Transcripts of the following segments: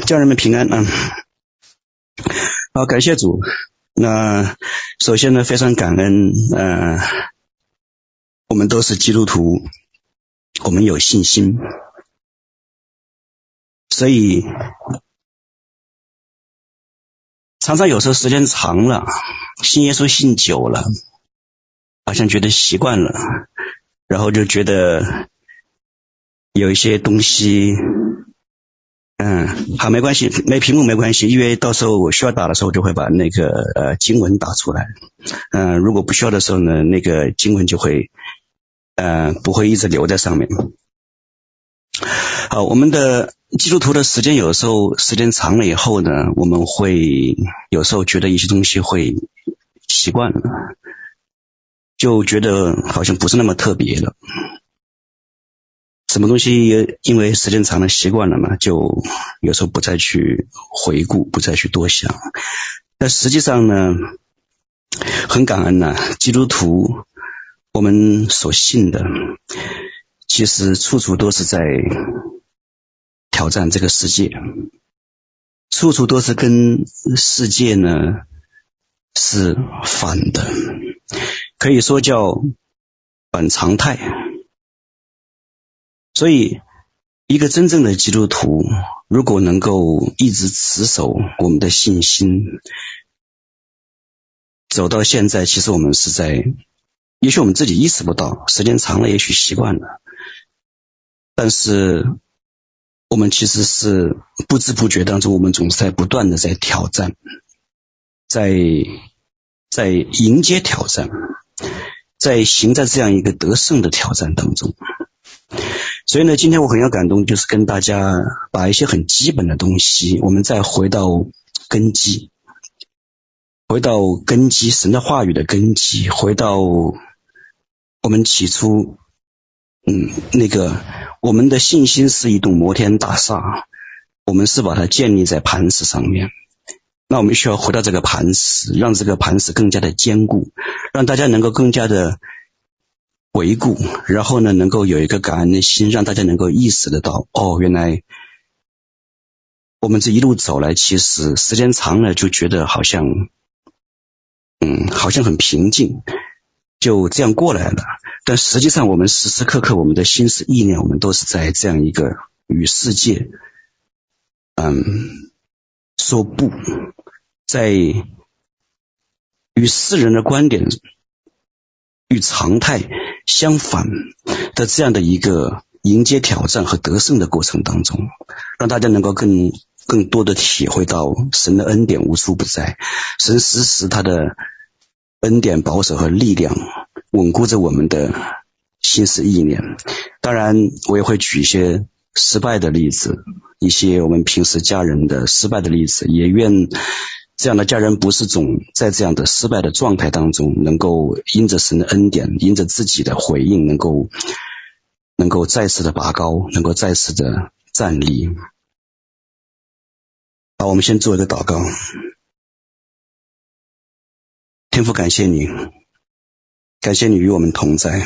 家人们平安啊！好，感谢主。那首先呢，非常感恩，我们都是基督徒，我们有信心，所以常常有时候时间长了，信耶稣信久了，好像觉得习惯了，然后就觉得有一些东西好，没关系，没屏幕没关系，因为到时候我需要打的时候，我就会把那个经文打出来。如果不需要的时候呢，那个经文就会不会一直留在上面。好，我们的基督徒的时间有时候时间长了以后呢，我们会有时候觉得一些东西会习惯了，就觉得好像不是那么特别了。什么东西因为时间长了习惯了嘛，就有时候不再去回顾，不再去多想。但实际上呢，很感恩基督徒我们所信的其实处处都是在挑战这个世界，处处都是跟世界呢是反的，可以说叫反常态。所以一个真正的基督徒如果能够一直持守我们的信心，走到现在，其实我们是在，也许我们自己意识不到，时间长了也许习惯了，但是我们其实是不知不觉当中，我们总是在不断的在挑战，在迎接挑战，在行在这样一个得胜的挑战当中。所以呢，今天我很有感动，就是跟大家把一些很基本的东西，我们再回到根基，神的话语的根基，回到我们起初我们的信心是一栋摩天大厦，我们是把它建立在磐石上面。那我们需要回到这个磐石，让这个磐石更加的坚固，让大家能够更加的回顾，然后呢能够有一个感恩的心，让大家能够意识得到，原来我们这一路走来，其实时间长了就觉得好像很平静，就这样过来了。但实际上我们时时刻刻我们的心思意念，我们都是在这样一个与世界说不，在与世人的观点与常态相反的这样的一个迎接挑战和得胜的过程当中，让大家能够更多的体会到神的恩典无处不在，神时时他的恩典保守和力量稳固着我们的心思意念。当然我也会举一些失败的例子，一些我们平时家人的失败的例子，也愿这样的家人不是总在这样的失败的状态当中，能够因着神的恩典，因着自己的回应，能够再次的拔高，能够再次的站立。好，我们先做一个祷告。天父，感谢你，感谢你与我们同在，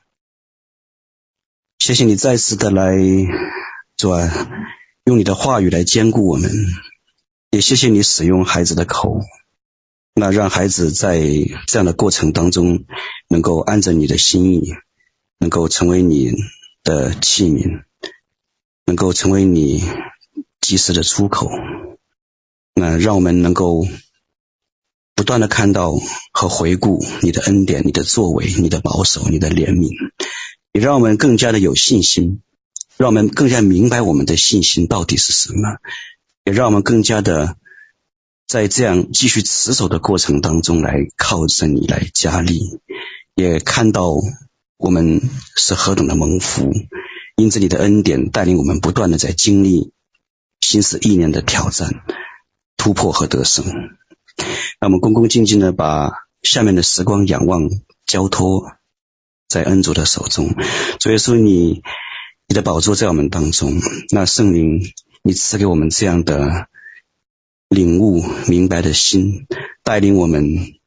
谢谢你再次的来主用你的话语来坚固我们，也谢谢你使用孩子的口，那让孩子在这样的过程当中能够按着你的心意，能够成为你的器皿，能够成为你及时的出口，那让我们能够不断的看到和回顾你的恩典，你的作为，你的保守，你的怜悯，也让我们更加的有信心，让我们更加明白我们的信心到底是什么，也让我们更加的在这样继续持守的过程当中来靠着你来加力，也看到我们是何等的蒙福，因着你的恩典带领我们不断的在经历心思意念的挑战、突破和得胜。那我们恭恭敬敬的把下面的时光仰望交托在恩主的手中。主耶稣，你的宝座在我们当中，那圣灵你赐给我们这样的领悟明白的心，带领我们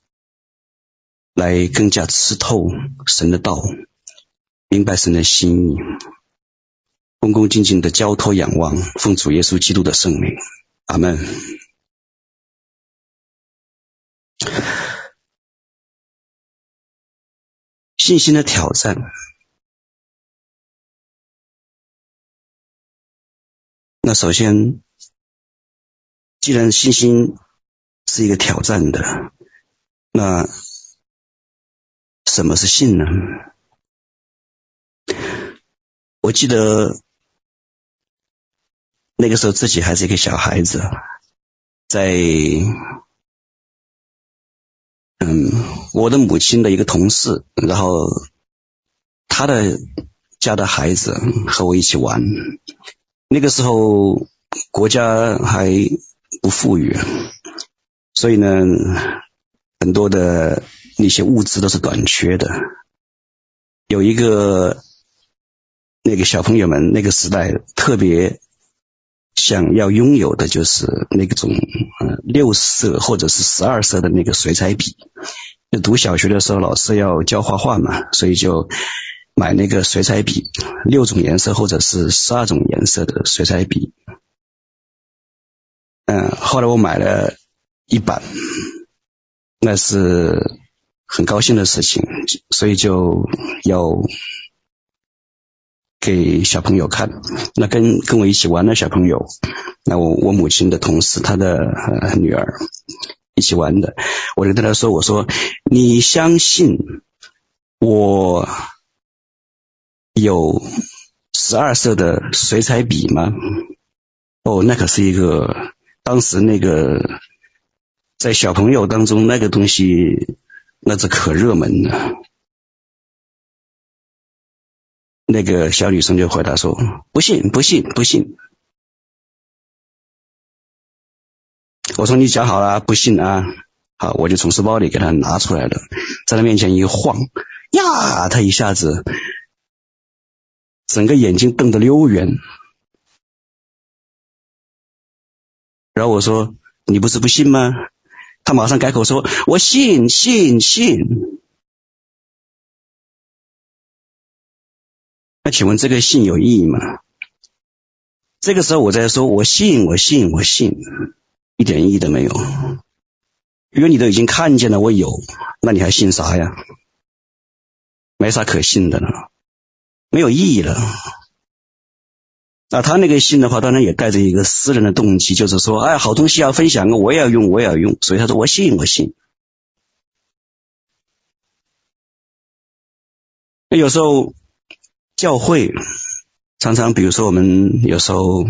来更加吃透神的道，明白神的心意，恭恭敬敬的交托仰望，奉主耶稣基督的圣名， 阿们。信心的挑战，那首先，既然信心是一个挑战的，那什么是信呢？我记得那个时候自己还是一个小孩子，在我的母亲的一个同事，然后他的家的孩子和我一起玩。那个时候国家还不富裕，所以呢，很多的那些物资都是短缺的。有一个那个小朋友们那个时代特别想要拥有的就是那种6色或者是12色的那个水彩笔。就读小学的时候老师要教画画嘛，所以就买那个水彩笔，6种颜色或者是12种颜色的水彩笔。后来我买了一版，那是很高兴的事情，所以就要给小朋友看。那跟我一起玩的小朋友，那我母亲的同事，她的女儿一起玩的，我就跟她说，我说你相信我有12色的水彩笔吗？哦，那可是一个当时那个在小朋友当中那个东西那是可热门的。那个小女生就回答说，不信不信不信。我说你讲好了不信啊。好，我就从书包里给她拿出来了，在她面前一晃呀，她一下子整个眼睛瞪得溜圆。然后我说你不是不信吗？她马上改口说我信信信。那请问这个信有意义吗？这个时候我在说我信我信我信，一点意义都没有。如果你都已经看见了我有，那你还信啥呀？没啥可信的了，没有意义了。那他那个信的话当然也带着一个私人的动机，就是说哎，好东西要分享，我也要用我也要用，所以他说我信我信。那有时候教会常常比如说我们有时候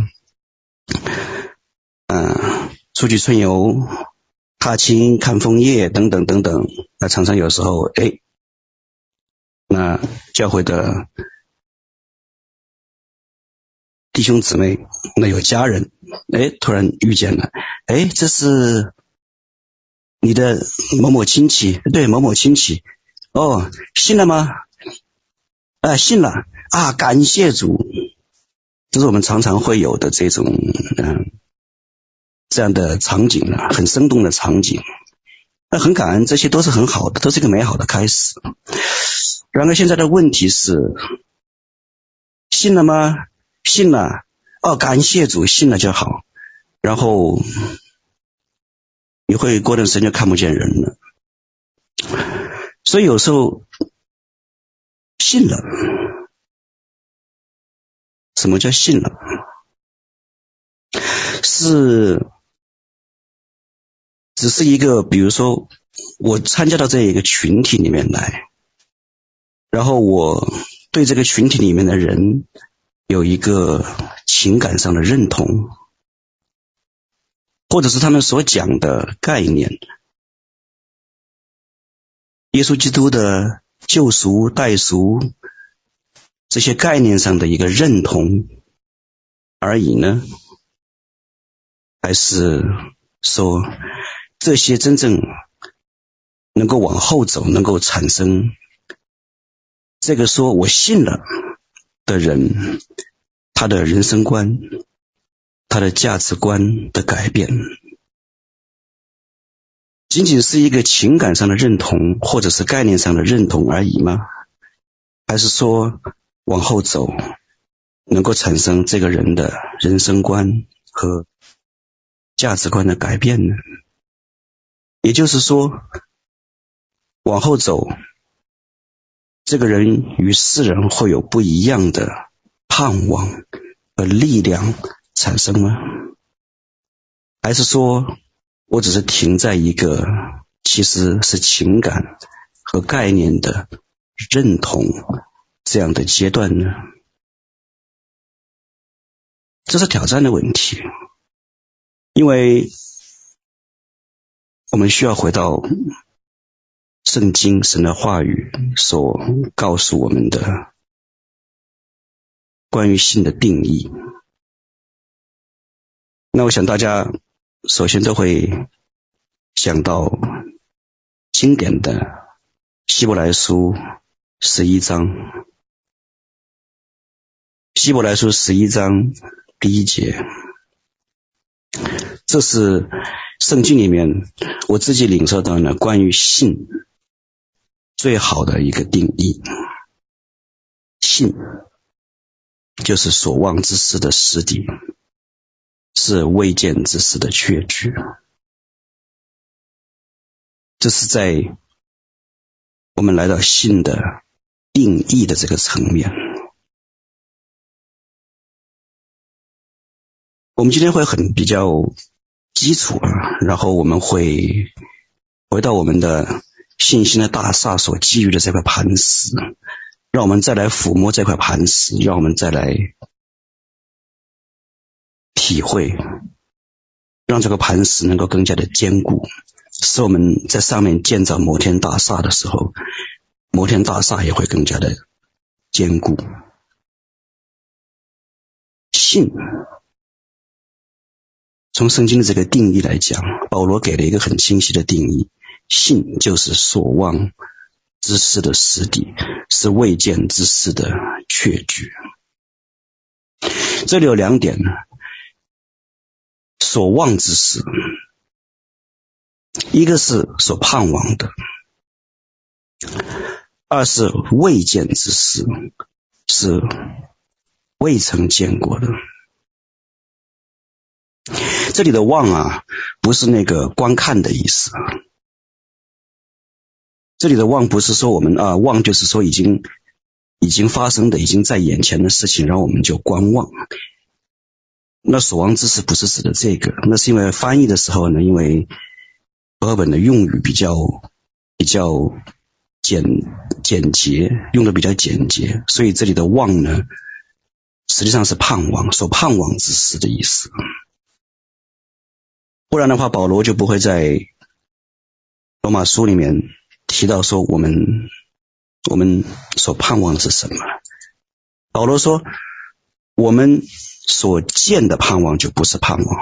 出去春游踏青看枫叶等等等等，那常常有时候那教会的弟兄姊妹，那有家人突然遇见了，这是你的某某亲戚，对，某某亲戚。哦，信了吗？信了啊，感谢主。这是我们常常会有的这种这样的场景啊，很生动的场景。那很感恩，这些都是很好的，都是一个美好的开始。然而现在的问题是，信了吗？信了，哦，感谢主，信了就好。然后你会过段时间就看不见人了。所以有时候信了，什么叫信了？是只是一个，比如说我参加到这一个群体里面来，然后我对这个群体里面的人有一个情感上的认同，或者是他们所讲的概念，耶稣基督的救赎代赎这些概念上的一个认同而已呢？还是说这些真正能够往后走，能够产生这个说我信了的人，他的人生观，他的价值观的改变，仅仅是一个情感上的认同或者是概念上的认同而已吗？还是说往后走能够产生这个人的人生观和价值观的改变呢？也就是说，往后走，这个人与世人会有不一样的盼望和力量产生吗？还是说我只是停在一个其实是情感和概念的认同这样的阶段呢？这是挑战的问题，因为我们需要回到圣经神的话语所告诉我们的关于信的定义。那我想大家首先都会想到经典的希伯来书11章，希伯来书11章第1节，这是圣经里面我自己领受到的关于信最好的一个定义。信就是所望之事的实底，是未见之事的确据。这是在我们来到信的定义的这个层面。我们今天会很比较基础然后我们会回到我们的信心的大厦所基于的这块磐石，让我们再来抚摸这块磐石，让我们再来体会，让这个磐石能够更加的坚固，使我们在上面建造摩天大厦的时候，摩天大厦也会更加的坚固。信从圣经的这个定义来讲，保罗给了一个很清晰的定义，信就是所望之事的实底，是未见之事的确据。这里有2点，所望之事，一个是所盼望的，二是未见之事，是未曾见过的。这里的望不是那个观看的意思，这里的望不是说我们望就是说已经发生的已经在眼前的事情，然后我们就观望。那所望之事不是指的这个，那是因为翻译的时候呢，因为和合本的用语比较简洁，用的比较简洁，所以这里的望呢实际上是盼望，所盼望之事的意思。不然的话，保罗就不会在罗马书里面提到说我们所盼望的是什么。保罗说我们所见的盼望就不是盼望，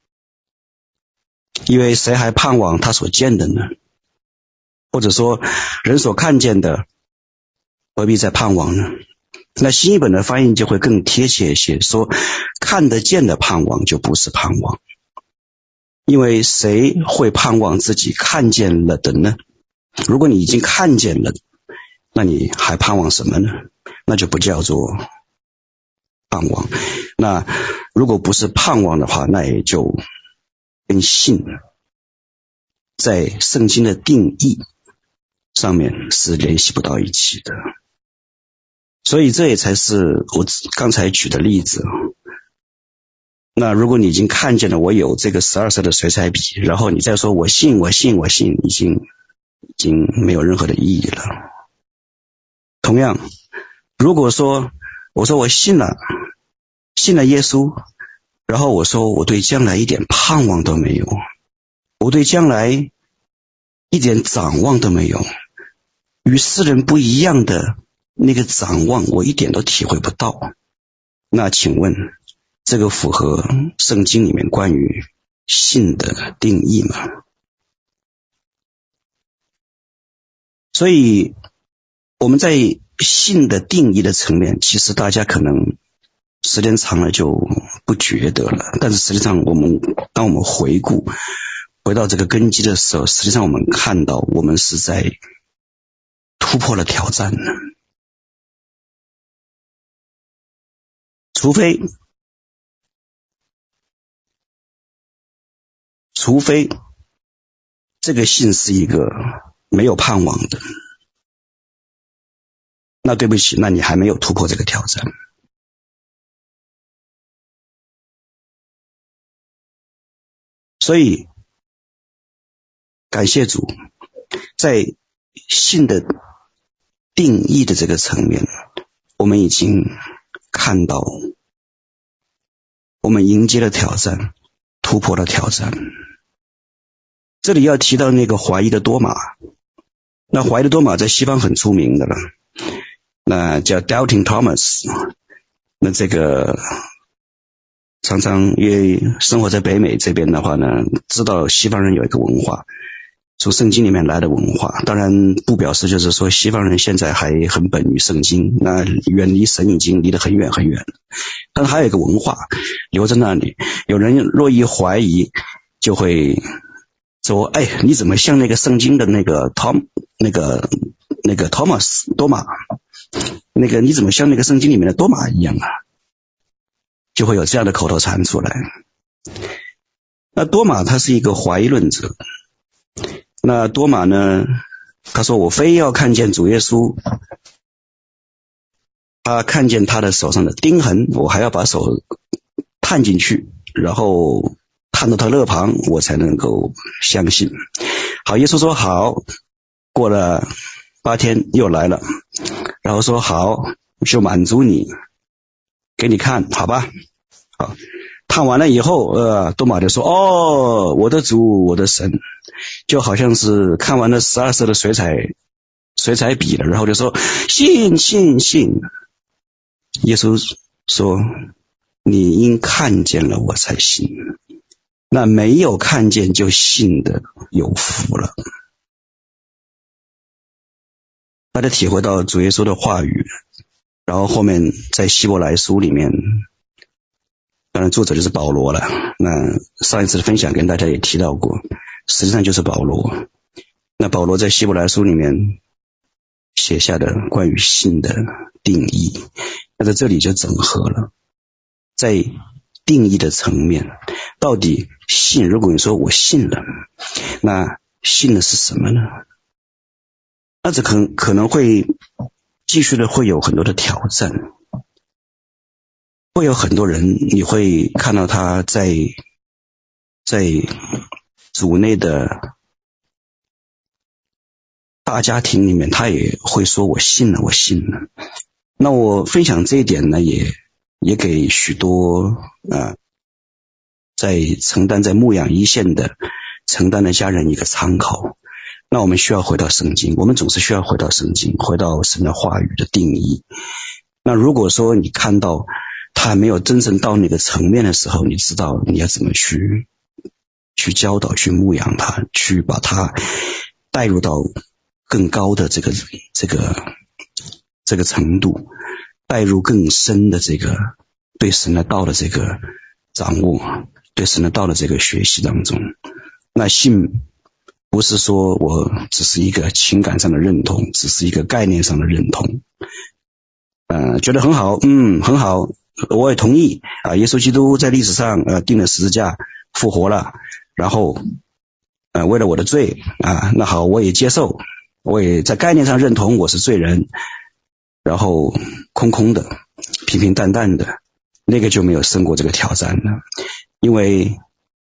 因为谁还盼望他所见的呢？或者说人所看见的何必再盼望呢？那新译本的翻译就会更贴切一些，说看得见的盼望就不是盼望，因为谁会盼望自己看见了的呢？如果你已经看见了，那你还盼望什么呢？那就不叫做盼望。那如果不是盼望的话，那也就跟信在圣经的定义上面是联系不到一起的。所以这也才是我刚才举的例子。那如果你已经看见了我有这个12色的水彩笔，然后你再说我信，已经没有任何的意义了。同样，如果说我说我信了耶稣，然后我说我对将来一点盼望都没有，我对将来一点展望都没有，与世人不一样的那个展望我一点都体会不到，那请问这个符合圣经里面关于信的定义吗？所以我们在信的定义的层面，其实大家可能时间长了就不觉得了，但是实际上当我们回到这个根基的时候，实际上我们看到我们是在突破了挑战呢。除非除非这个信是一个没有盼望的，那对不起，那你还没有突破这个挑战。所以感谢主，在信的定义的这个层面，我们已经看到，我们迎接了挑战，突破了挑战。这里要提到那个怀疑的多马，那怀疑的多马在西方很出名的了，那叫 Doubting Thomas。 那这个常常因为生活在北美这边的话呢，知道西方人有一个文化，从圣经里面来的文化，当然不表示就是说西方人现在还很本于圣经，那远离神已经离得很远很远，但还有一个文化留在那里。有人若一怀疑，就会说，哎，你怎么像那个圣经的那个 Thomas 多马，那个你怎么像那个圣经里面的多马一样啊？就会有这样的口头禅出来。那多马他是一个怀疑论者，那多马呢，他说我非要看见主耶稣，他看见他的手上的钉痕，我还要把手探进去，然后探到他肋旁，我才能够相信。好，耶稣说好，过了8天又来了，然后说好，就满足你，给你看，好吧。好，探完了以后，多马就说，哦，我的主，我的神，就好像是看完了12色的水彩笔了，然后就说信信信。耶稣说，你应看见了我才信，那没有看见就信的有福了。大家体会到主耶稣的话语，然后后面在希伯来书里面，当然作者就是保罗了，那上一次的分享跟大家也提到过，实际上就是保罗。那保罗在希伯来书里面写下的关于信的定义，那在这里就整合了。在定义的层面，到底信，如果你说我信了，那信的是什么呢？那这可能会继续的会有很多的挑战，会有很多人，你会看到他在组内的大家庭里面，他也会说我信了，我信了。那我分享这一点呢，也给许多在承担在牧养一线的承担的家人一个参考。那我们需要回到圣经，我们总是需要回到圣经，回到神的话语的定义。那如果说你看到他还没有真正到那个层面的时候，你知道你要怎么去教导，去牧养他，去把他带入到更高的这个程度，带入更深的这个对神的道的这个掌握，对神的道的这个学习当中。那信不是说我只是一个情感上的认同，只是一个概念上的认同，觉得很好，很好，我也同意啊。耶稣基督在历史上钉了十字架，复活了，然后为了我的罪啊，那好，我也接受，我也在概念上认同我是罪人，然后空空的，平平淡淡的，那个就没有胜过这个挑战了。因为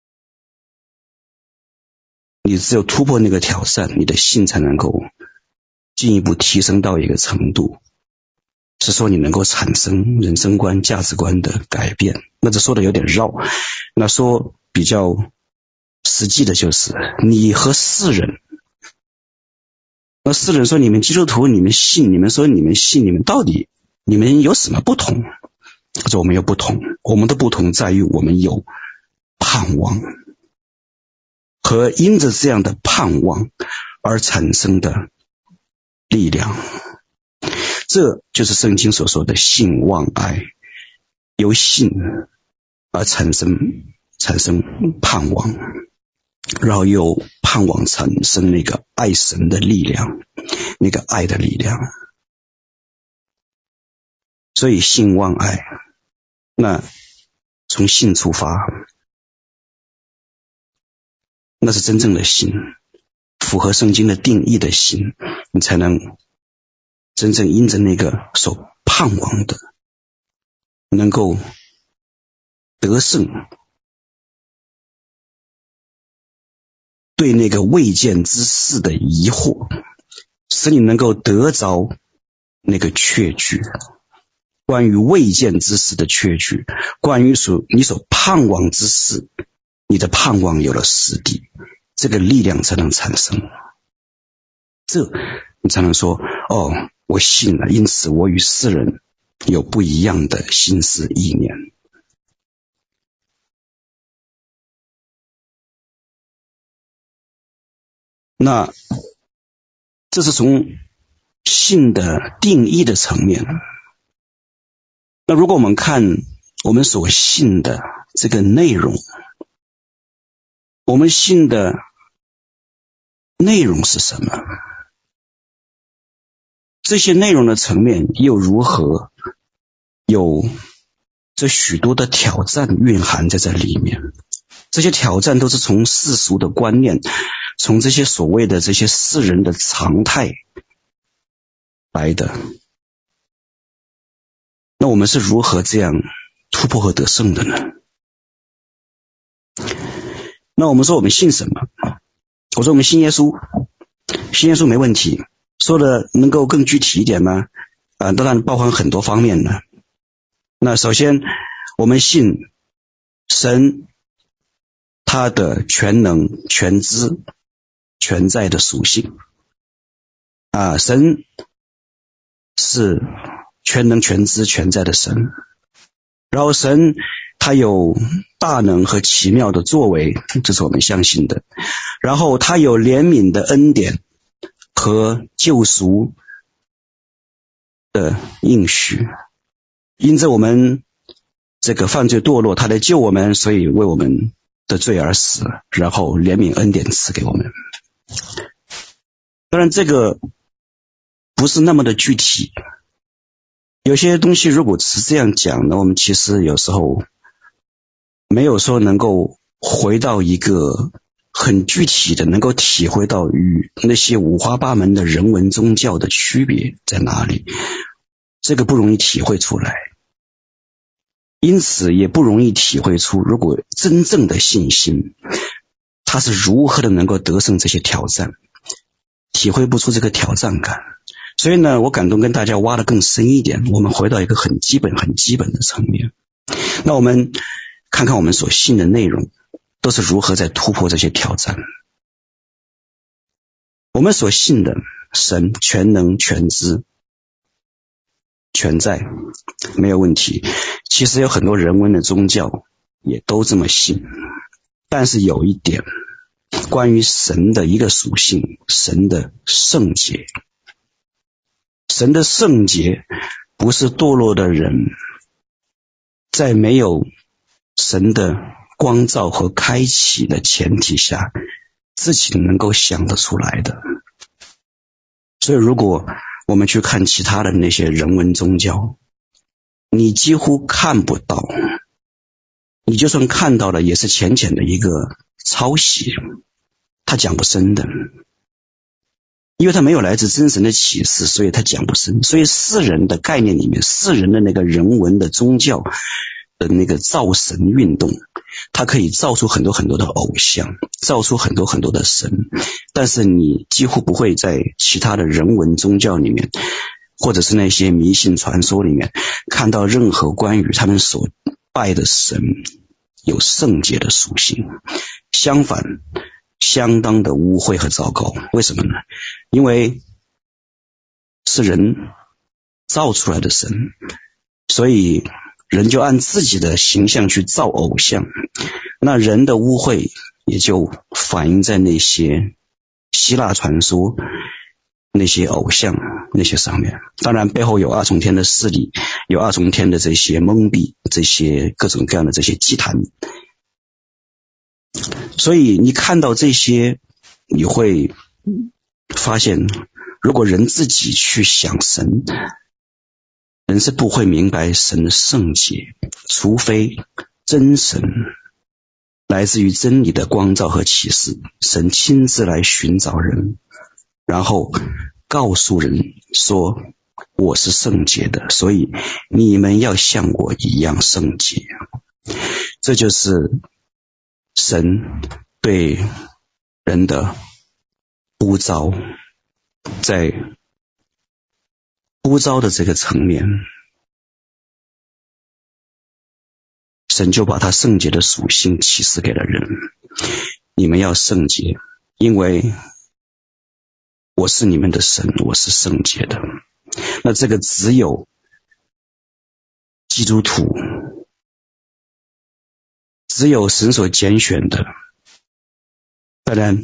你只有突破那个挑战，你的信才能够进一步提升到一个程度，是说你能够产生人生观价值观的改变。那这说的有点绕，那说比较实际的就是你和世人，那世人说你们基督徒你们信，你们说你们信，你们到底你们有什么不同？他说我们有不同，我们的不同在于我们有盼望，和因着这样的盼望而产生的力量。这就是圣经所说的信望爱，由信而产生盼望，然后由盼望产生那个爱神的力量，那个爱的力量。所以信望爱，那从信出发， 那是真正的信，符合圣经的定义的信，你才能真正因着那个所盼望的，能够得胜，对那个未见之事的疑惑，使你能够得着那个确据，关于未见之事的确据，关于你所盼望之事，你的盼望有了实底，这个力量才能产生，这你才能说，哦，我信了，因此我与世人有不一样的心思意念。那这是从信的定义的层面。那如果我们看我们所信的这个内容，我们信的内容是什么？这些内容的层面又如何有这许多的挑战蕴含在这里面？这些挑战都是从世俗的观念，从这些所谓的这些世人的常态来的。那我们是如何这样突破和得胜的呢？那我们说我们信什么？我说我们信耶稣，信耶稣没问题。说的能够更具体一点吗？当然包含很多方面的。那首先我们信神他的全能、全知、全在的属性。神是全能、全知、全在的神。然后神他有大能和奇妙的作为，这是我们相信的。然后他有怜悯的恩典和救赎的应许，因着我们这个犯罪堕落，他来救我们，所以为我们的罪而死，然后怜悯恩典赐给我们。当然这个不是那么的具体，有些东西如果只是这样讲呢，我们其实有时候没有说能够回到一个很具体的，能够体会到与那些五花八门的人文宗教的区别在哪里，这个不容易体会出来，因此也不容易体会出如果真正的信心它是如何的能够得胜这些挑战，体会不出这个挑战感。所以呢，我感动跟大家挖得更深一点，我们回到一个很基本的层面。那我们看看我们所信的内容都是如何在突破这些挑战。我们所信的神全能、全知、全在，没有问题。其实有很多人文的宗教也都这么信，但是有一点关于神的一个属性，神的圣洁。神的圣洁不是堕落的人在没有神的光照和开启的前提下自己能够想得出来的。所以如果我们去看其他的那些人文宗教，你几乎看不到，你就算看到了也是浅浅的一个抄袭，他讲不深的，因为他没有来自真神的启示，所以他讲不深。所以世人的概念里面，世人的那个人文的宗教的那个造神运动，它可以造出很多很多的偶像，造出很多很多的神，但是你几乎不会在其他的人文宗教里面，或者是那些迷信传说里面看到任何关于他们所拜的神有圣洁的属性，相反相当的污秽和糟糕。为什么呢？因为是人造出来的神，所以人就按自己的形象去造偶像，那人的污秽也就反映在那些希腊传说那些偶像那些上面。当然背后有二重天的势力，有二重天的这些蒙蔽，这些各种各样的这些祭坛。所以你看到这些，你会发现如果人自己去想神，人是不会明白神的圣洁，除非真神来自于真理的光照和启示，神亲自来寻找人，然后告诉人说我是圣洁的，所以你们要像我一样圣洁。这就是神对人的呼召，在呼召的这个层面，神就把他圣洁的属性启示给了人。你们要圣洁，因为我是你们的神，我是圣洁的。那这个只有基督徒，只有神所拣选的，当然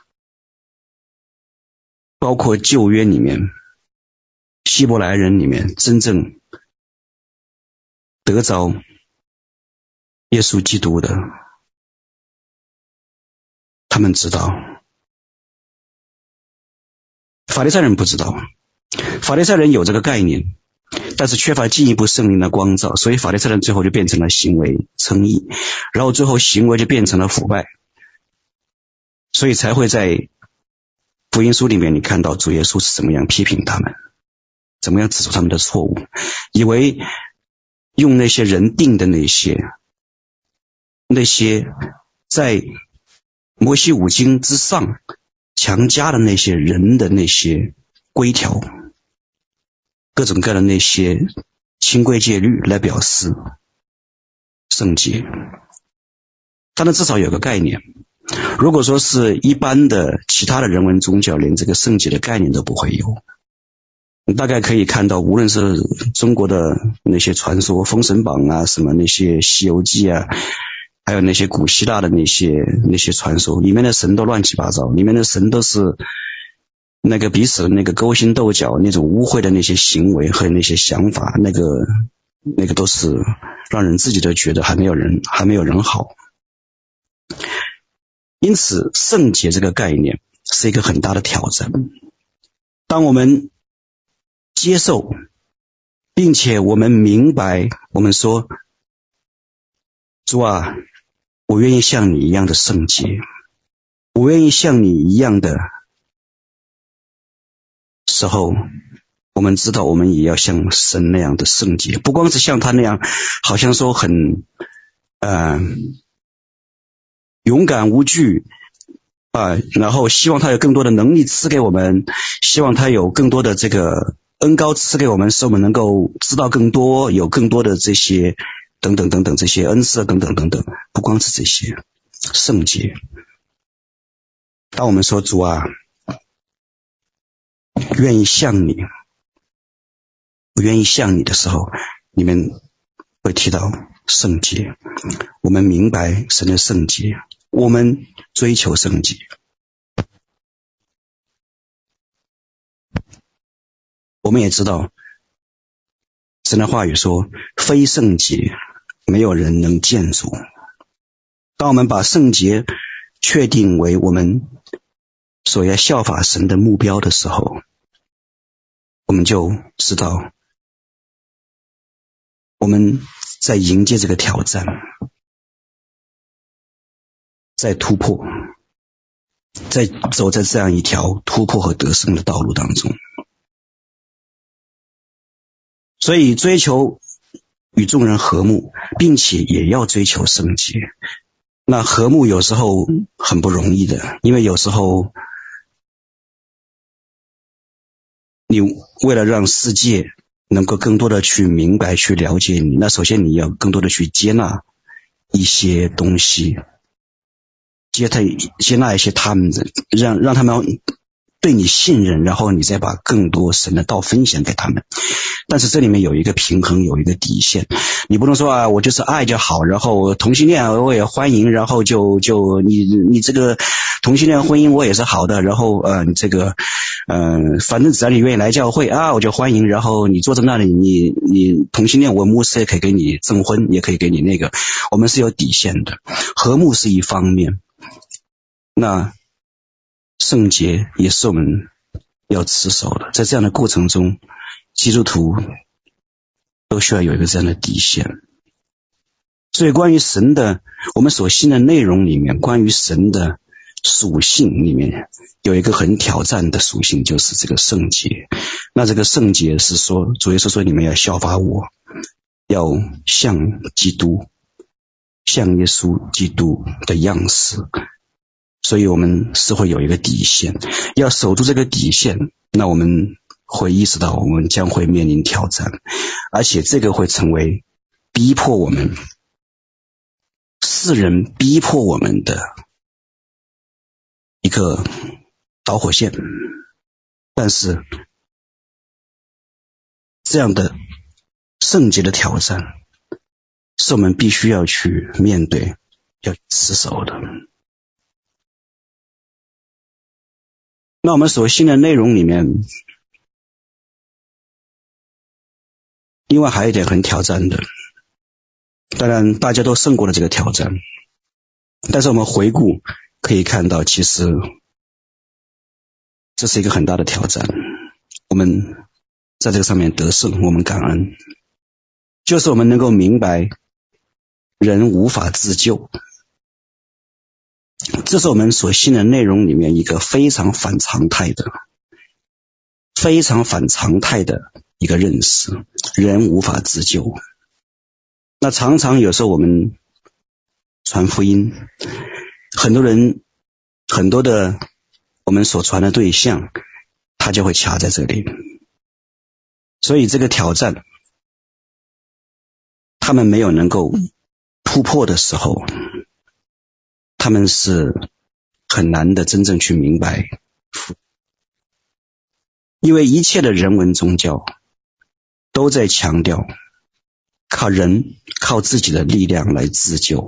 包括旧约里面希伯来人里面真正得着耶稣基督的，他们知道。法利赛人不知道，法利赛人有这个概念，但是缺乏进一步圣灵的光照，所以法利赛人最后就变成了行为称义，然后最后行为就变成了腐败，所以才会在福音书里面你看到主耶稣是怎么样批评他们，怎么样指出他们的错误，以为用那些人定的那些在摩西五经之上强加的那些人的那些规条，各种各样的那些清规戒律来表示圣洁。他们至少有个概念，如果说是一般的其他的人文宗教，连这个圣洁的概念都不会有。你大概可以看到，无论是中国的那些传说，封神榜啊，什么那些西游记啊，还有那些古希腊的那些传说，里面的神都乱七八糟，里面的神都是那个彼此的那个勾心斗角，那种污秽的那些行为和那些想法，那个都是让人自己都觉得还没有人好。因此圣洁这个概念是一个很大的挑战。当我们接受并且我们明白，我们说主啊，我愿意像你一样的圣洁，我愿意像你一样的时候，我们知道我们也要像神那样的圣洁，不光是像他那样好像说很勇敢无惧然后希望他有更多的能力赐给我们，希望他有更多的这个恩膏赐给我们，使我们能够知道更多，有更多的这些等等等等，这些恩赐等等等等，不光是这些圣洁。当我们说主啊，愿意像你，不愿意像你的时候，你们会提到圣洁。我们明白神的圣洁，我们追求圣洁。我们也知道神的话语说，非圣洁没有人能见主。当我们把圣洁确定为我们所要效法神的目标的时候，我们就知道我们在迎接这个挑战，在突破，在走在这样一条突破和得胜的道路当中。所以追求与众人和睦，并且也要追求圣洁。那和睦有时候很不容易的，因为有时候你为了让世界能够更多的去明白去了解你，那首先你要更多的去接纳一些东西，接纳一些他们的，让他们对你信任，然后你再把更多神的道分享给他们。但是这里面有一个平衡，有一个底线，你不能说我就是爱就好，然后同性恋我也欢迎，然后你这个同性恋婚姻我也是好的，然后这个反正只要你愿意来教会我就欢迎，然后你坐在那里，你同性恋我牧师也可以给你证婚，也可以给你那个，我们是有底线的。和睦是一方面，那圣洁也是我们要持守的。在这样的过程中，基督徒都需要有一个这样的底线。 所以关于神的，我们所信的内容里面，关于神的属性里面，有一个很挑战的属性，就是这个圣洁。那这个圣洁是说，主耶稣说你们要效法我，要像基督，像耶稣基督的样式。所以我们是会有一个底线，要守住这个底线，那我们会意识到我们将会面临挑战，而且这个会成为逼迫我们，世人逼迫我们的一个导火线。但是这样的圣洁的挑战是我们必须要去面对，要持守的。那我们所信的内容里面，另外还有一点很挑战的，当然大家都胜过了这个挑战，但是我们回顾可以看到，其实这是一个很大的挑战。我们在这个上面得胜，我们感恩，就是我们能够明白人无法自救，这是我们所信的内容里面一个非常反常态的一个认识，人无法自救。那常常有时候我们传福音，很多的我们所传的对象，他就会卡在这里。所以这个挑战，他们没有能够突破的时候，他们是很难的真正去明白，因为一切的人文宗教都在强调靠自己的力量来自救。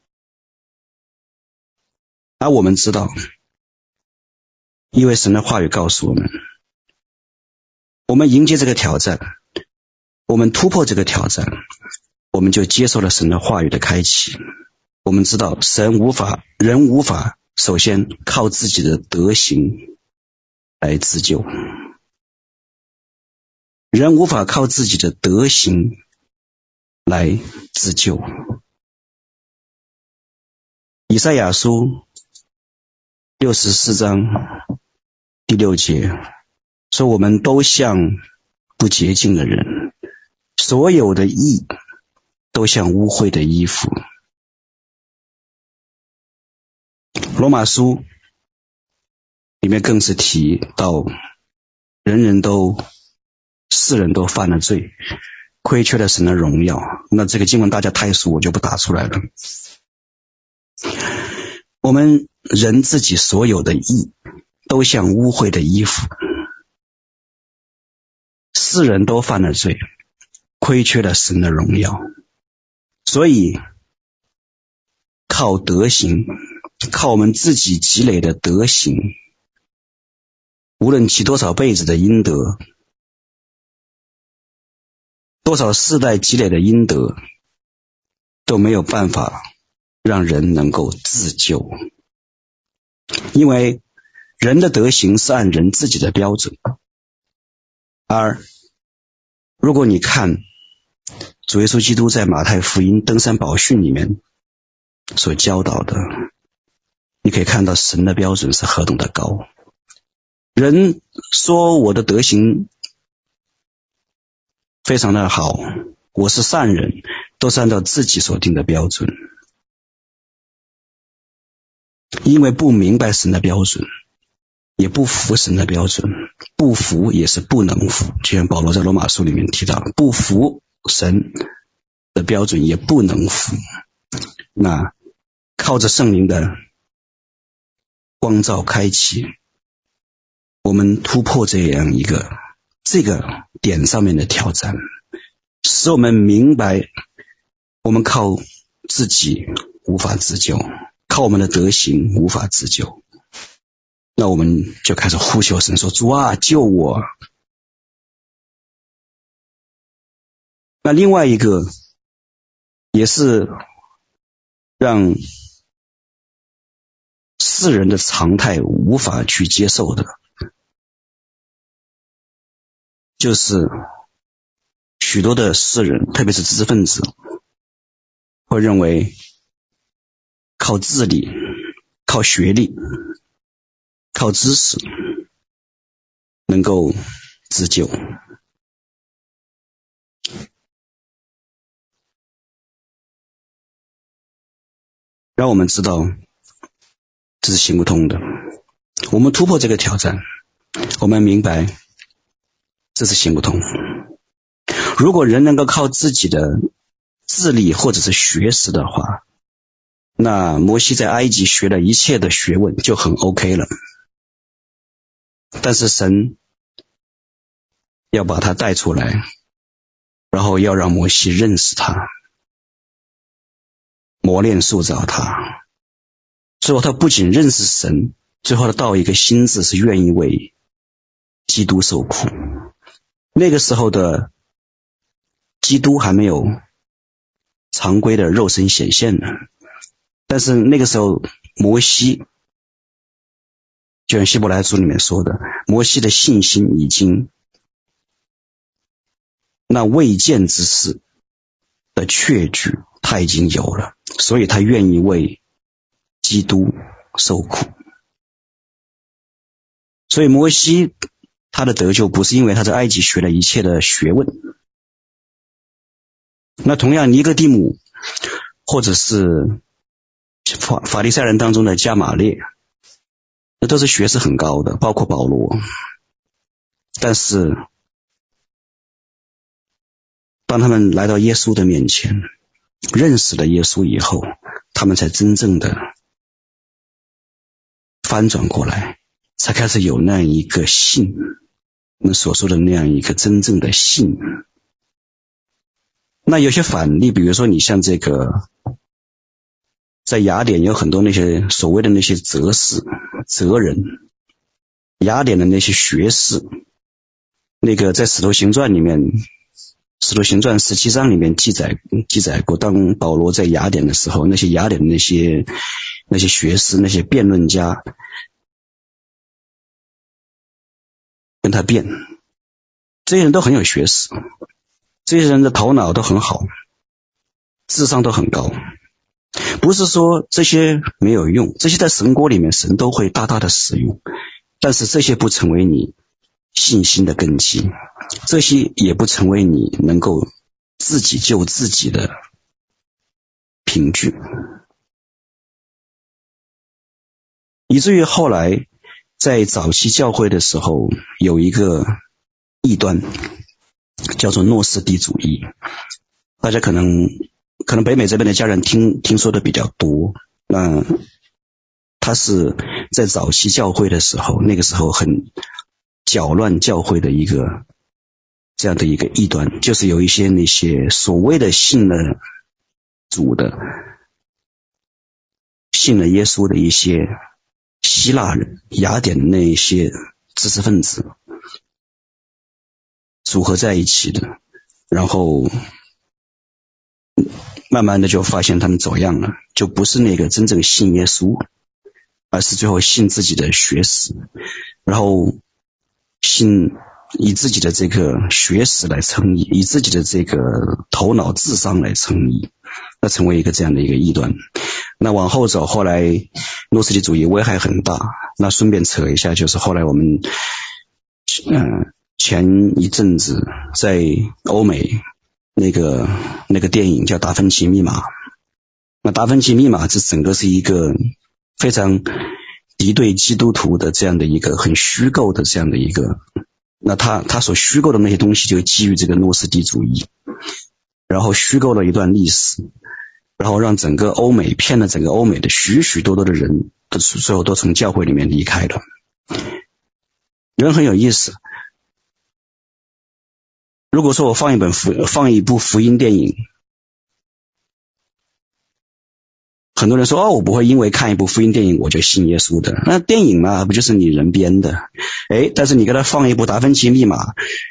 而我们知道，因为神的话语告诉我们，我们迎接这个挑战，我们突破这个挑战，我们就接受了神的话语的开启。我们知道人无法首先靠自己的德行来自救，人无法靠自己的德行来自救。以赛亚书64章第6节说，我们都像不洁净的人，所有的义都像污秽的衣服。罗马书里面更是提到，世人都犯了罪，亏缺了神的荣耀。那这个经文大家太熟，我就不打出来了。我们人自己所有的义都像污秽的衣服，世人都犯了罪，亏缺了神的荣耀。所以靠德行，靠我们自己积累的德行，无论积多少辈子的阴德，多少世代积累的阴德，都没有办法让人能够自救。因为人的德行是按人自己的标准，而如果你看主耶稣基督在马太福音登山宝训里面所教导的，你可以看到神的标准是何等的高。人说我的德行非常的好，我是善人，都是按照自己所定的标准，因为不明白神的标准，也不服神的标准，不服也是不能服，就像保罗在罗马书里面提到，不服神的标准也不能服。那靠着圣灵的光照开启，我们突破这个点上面的挑战，使我们明白我们靠自己无法自救，靠我们的德行无法自救。那我们就开始呼求神说，主啊，救我。那另外一个也是让世人的常态无法去接受的，就是许多的世人，特别是知识分子， 会认为靠智力、靠学历、靠知识能够自救。让我们知道这是行不通的。我们突破这个挑战，我们明白这是行不通。如果人能够靠自己的智力或者是学识的话，那摩西在埃及学了一切的学问就很 OK 了。但是神要把他带出来，然后要让摩西认识他，磨练塑造他。最后他不仅认识神，最后他到一个心智是愿意为基督受苦。那个时候的基督还没有常规的肉身显现呢，但是那个时候摩西，就像希伯来书里面说的，摩西的信心已经那未见之事的确据他已经有了，所以他愿意为基督受苦。所以摩西他的得救不是因为他在埃及学了一切的学问。那同样尼哥底母或者是法利赛人当中的加玛列，那都是学识很高的，包括保罗。但是当他们来到耶稣的面前，认识了耶稣以后，他们才真正的翻转过来，才开始有那样一个信，我们所说的那样一个真正的信。那有些反例，比如说你像这个在雅典有很多那些所谓的那些哲士、哲人，雅典的那些学士，那个在使徒行传里面，使徒行传17章里面记载过，当保罗在雅典的时候，那些雅典的那些学士、那些辩论家跟他辩，这些人都很有学识，这些人的头脑都很好，智商都很高。不是说这些没有用，这些在神国里面神都会大大的使用，但是这些不成为你信心的根基，这些也不成为你能够自己救自己的凭据。以至于后来在早期教会的时候，有一个异端叫做诺斯底主义，大家可能北美这边的家人听说的比较多。那他是在早期教会的时候，那个时候很搅乱教会的一个这样的一个异端，就是有一些那些所谓的信了主的、信了耶稣的一些希腊人、雅典的那一些知识分子组合在一起的，然后慢慢的就发现他们走样了，就不是那个真正信耶稣，而是最后信自己的学识，然后以自己的这个学识来称义，以自己的这个头脑智商来称义，那成为一个这样的一个异端。那往后走，后来诺斯底主义危害很大。那顺便扯一下，就是后来我们前一阵子在欧美那个电影叫《达芬奇密码》。那《达芬奇密码》这整个是一个非常敌对基督徒的这样的一个很虚构的这样的一个，那他所虚构的那些东西就基于这个诺斯底主义，然后虚构了一段历史，然后让整个欧美骗了整个欧美的许许多多的人，最后都从教会里面离开了。人很有意思，如果说我放一部福音电影，很多人说我不会因为看一部福音电影我就信耶稣的，那电影嘛不就是你人编的？但是你给他放一部达芬奇密码，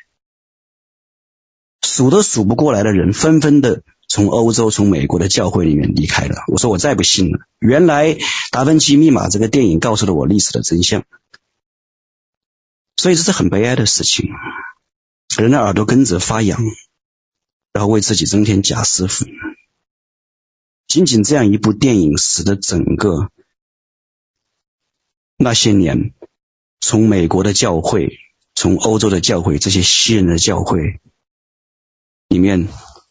数都数不过来的人纷纷的从欧洲从美国的教会里面离开了。我说我再不信了，原来达芬奇密码这个电影告诉了我历史的真相。所以这是很悲哀的事情，人的耳朵跟着发痒，然后为自己增添假师傅。 仅仅这样一部电影使得整个那些年从美国的教会，从欧洲的教会，这些西人的教会里面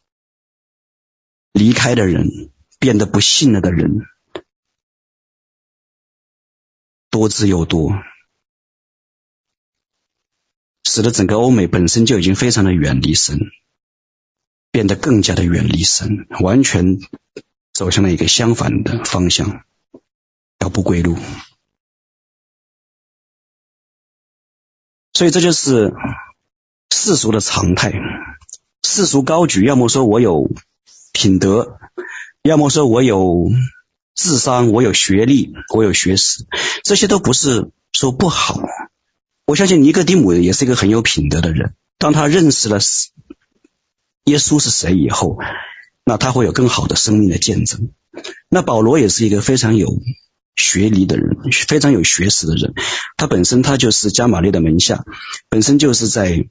离开的人，变得不信了的人多之又多，使得整个欧美本身就已经非常的远离神，变得更加的远离神，完全走向了一个相反的方向，要不归路。所以这就是世俗的常态。世俗高举，要么说我有品德，要么说我有智商，我有学历，我有学识，这些都不是说不好。我相信尼哥底母也是一个很有品德的人，当他认识了耶稣是谁以后，那他会有更好的生命的见证。那保罗也是一个非常有学历的人，非常有学识的人，他本身他就是加玛列的门下，本身就是在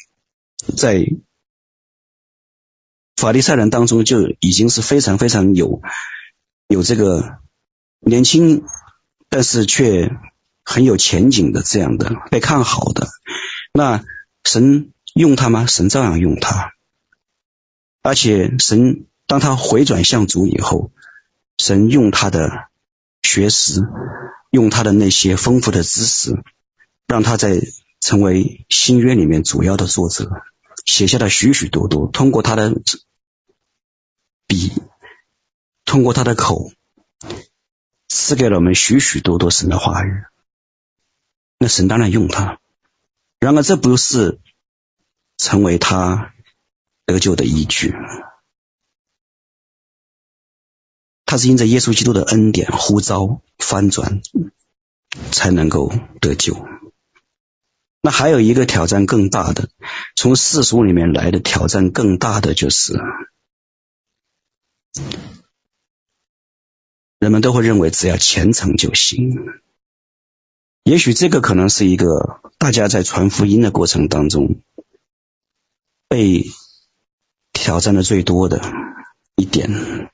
法利赛人当中就已经是非常非常有这个年轻但是却很有前景的这样的被看好的。那神用他吗？神照样用他，而且神当他回转向主以后，神用他的学识，用他的那些丰富的知识，让他在成为新约里面主要的作者，写下了许许多多，通过他的笔，通过他的口，赐给了我们许许多多神的话语。那神当然用他，然而这不是成为他得救的依据，他是因着耶稣基督的恩典呼召翻转才能够得救。那还有一个挑战更大的，从世俗里面来的挑战更大的，就是人们都会认为只要虔诚就行。也许这个可能是一个大家在传福音的过程当中被挑战的最多的一点，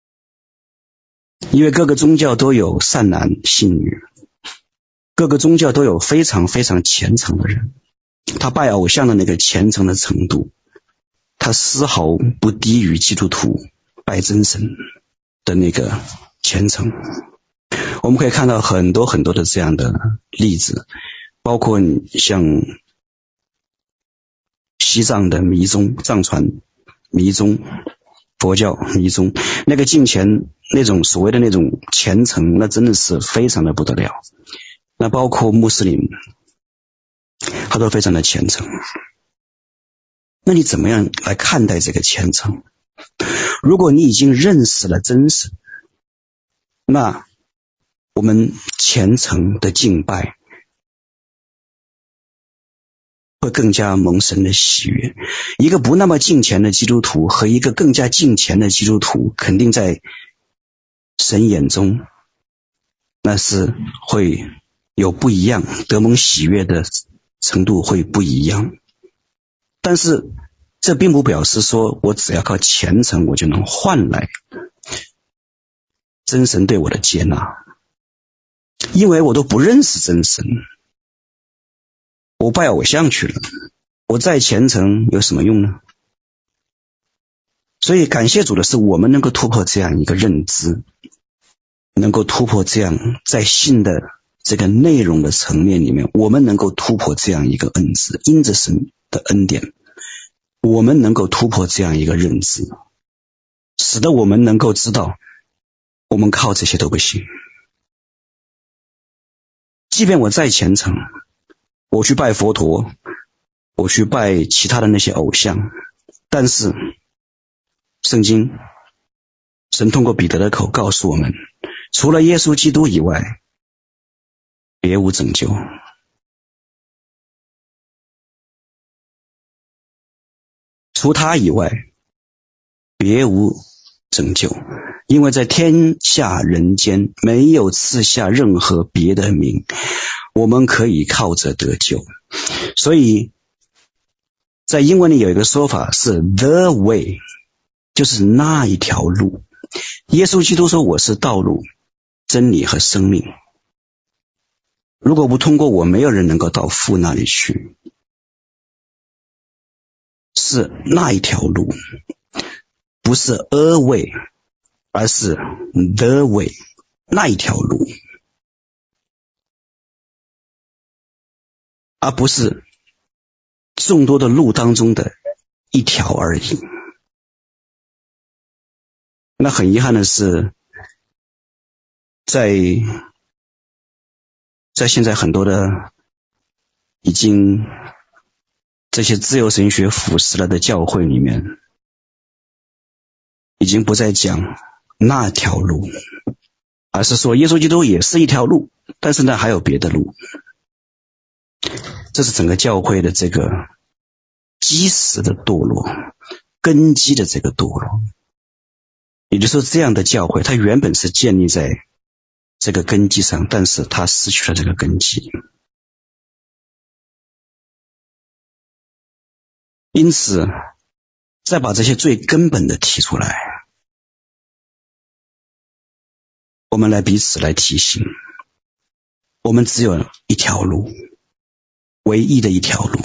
因为各个宗教都有善男信女，各个宗教都有非常非常虔诚的人，他拜偶像的那个虔诚的程度，他丝毫不低于基督徒拜真神的那个虔诚。我们可以看到很多很多的这样的例子，包括像西藏的密宗、藏传密宗、佛教密宗，那个敬虔，那种所谓的那种虔诚，那真的是非常的不得了。那包括穆斯林，他都非常的虔诚。那你怎么样来看待这个虔诚？如果你已经认识了真神，那我们虔诚的敬拜会更加蒙神的喜悦。一个不那么敬虔的基督徒和一个更加敬虔的基督徒，肯定在神眼中那是会有不一样，得蒙喜悦的程度会不一样。但是这并不表示说我只要靠虔诚我就能换来真神对我的接纳，因为我都不认识真神，我拜偶像去了，我再虔诚有什么用呢？所以感谢主的是，我们能够突破这样一个认知，能够突破这样在信的这个内容的层面里面，我们能够突破这样一个恩赐，因着神的恩典，我们能够突破这样一个认知，使得我们能够知道我们靠这些都不行。即便我再虔诚，我去拜佛陀，我去拜其他的那些偶像，但是圣经神通过彼得的口告诉我们，除了耶稣基督以外别无拯救。除他以外别无拯救，因为在天下人间没有赐下任何别的名，我们可以靠着得救。所以在英文里有一个说法是 the way， 就是那一条路， 耶稣基督说我是道路、真理和生命，如果不通过我，没有人能够到父那里去。是那一条路，不是 a way， 而是 the way， 那一条路，而不是众多的路当中的一条而已。那很遗憾的是，在现在很多的已经这些自由神学腐蚀了的教会里面，已经不再讲那条路，而是说耶稣基督也是一条路，但是呢还有别的路。这是整个教会的这个基石的堕落，根基的这个堕落。也就是说，这样的教会它原本是建立在这个根基上，但是它失去了这个根基。因此再把这些最根本的提出来，我们来彼此来提醒，我们只有一条路，唯一的一条路。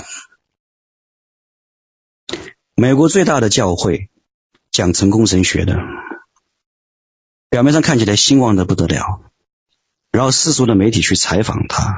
美国最大的教会讲成功神学的，表面上看起来兴旺的不得了，然后世俗的媒体去采访他，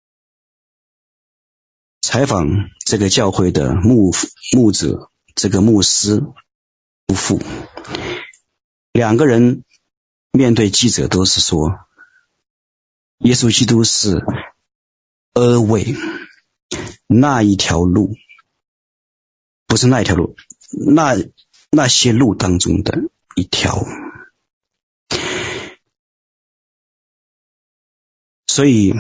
采访这个教会的牧者，这个牧师夫妇，两个人面对记者都是说，耶稣基督是 a way， 那一条路，不是那一条路，那些路当中的一条。所以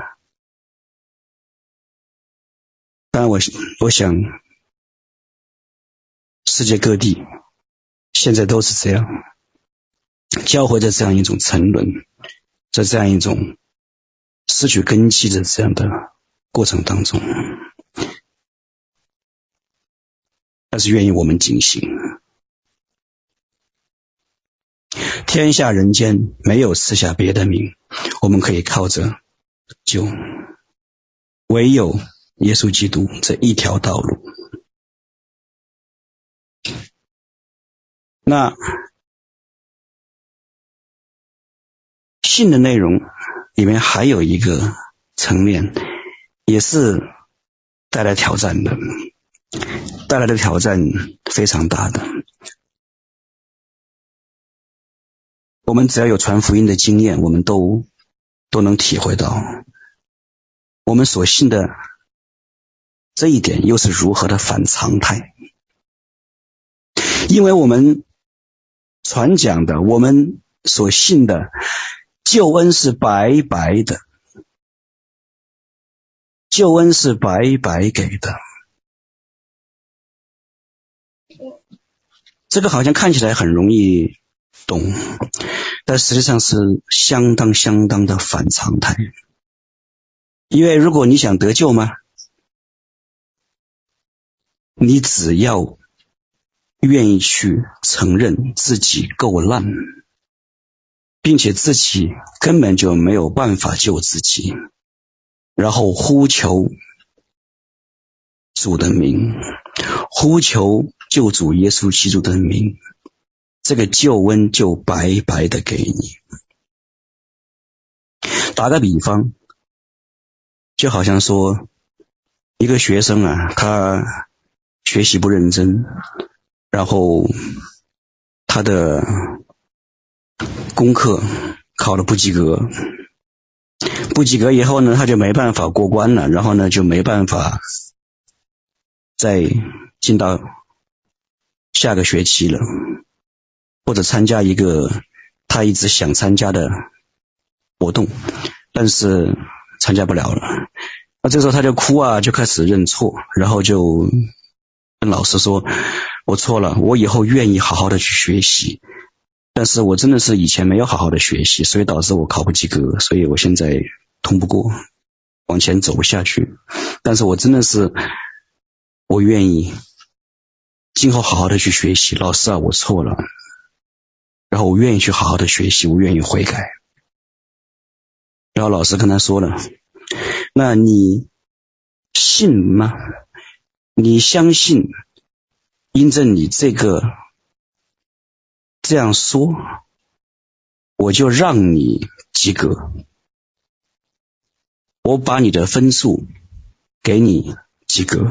当然我想世界各地现在都是这样，教会在这样一种沉沦，在这样一种失去根基的这样的过程当中，但是愿意我们警醒，天下人间没有赐下别的名，我们可以靠着救，唯有耶稣基督这一条道路。那信的内容里面还有一个层面，也是带来挑战的，带来的挑战非常大的。我们只要有传福音的经验，我们都能体会到，我们所信的这一点又是如何的反常态。因为我们传讲的，我们所信的救恩是白白的，救恩是白白给的。这个好像看起来很容易懂，但实际上是相当的反常态。因为如果你想得救吗？你只要愿意去承认自己够烂，并且自己根本就没有办法救自己，然后呼求主的名，呼求救主耶稣基督的名，这个救恩就白白的给你。打个比方，就好像说一个学生啊，他学习不认真，然后他的功课考了不及格，不及格以后呢，他就没办法过关了，然后呢就没办法再进到下个学期了，或者参加一个他一直想参加的活动，但是参加不了了。那这时候他就哭啊，就开始认错，然后就跟老师说，我错了，我以后愿意好好的去学习，但是我真的是以前没有好好的学习，所以导致我考不及格，所以我现在通不过，往前走不下去。但是我真的是我愿意今后好好的去学习，老师啊，我错了。 然后我愿意去好好的学习，我愿意悔改。然后老师跟他说了，那你信吗？你相信因着你这样说，我就让你及格，我把你的分数给你及格。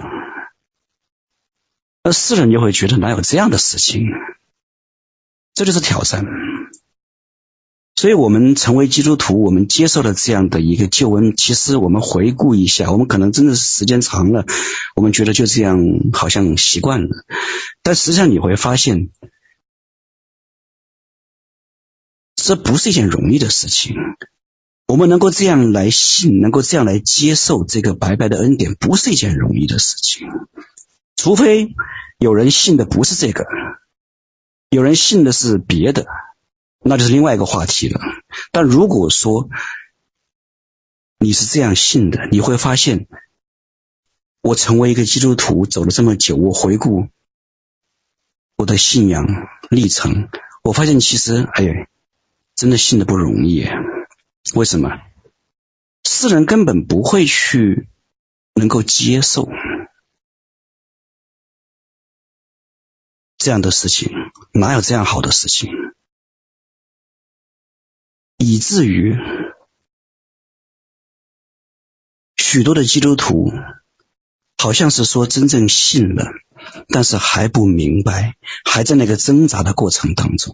而世人就会觉得哪有这样的事情，这就是挑战。所以我们成为基督徒，我们接受了这样的一个救恩，其实我们回顾一下，我们可能真的是时间长了，我们觉得就这样好像习惯了，但实际上你会发现这不是一件容易的事情。我们能够这样来信，能够这样来接受这个白白的恩典，不是一件容易的事情。除非有人信的不是这个，有人信的是别的，那就是另外一个话题了。但如果说你是这样信的，你会发现我成为一个基督徒走了这么久，我回顾我的信仰历程，我发现其实真的信的不容易。为什么？世人根本不会去能够接受这样的事情，哪有这样好的事情？以至于许多的基督徒好像是说真正信了，但是还不明白，还在那个挣扎的过程当中，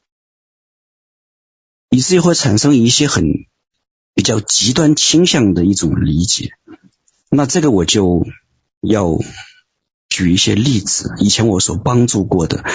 以至于会产生一些比较极端倾向的一种理解。那这个我就要举一些例子，以前我所帮助过的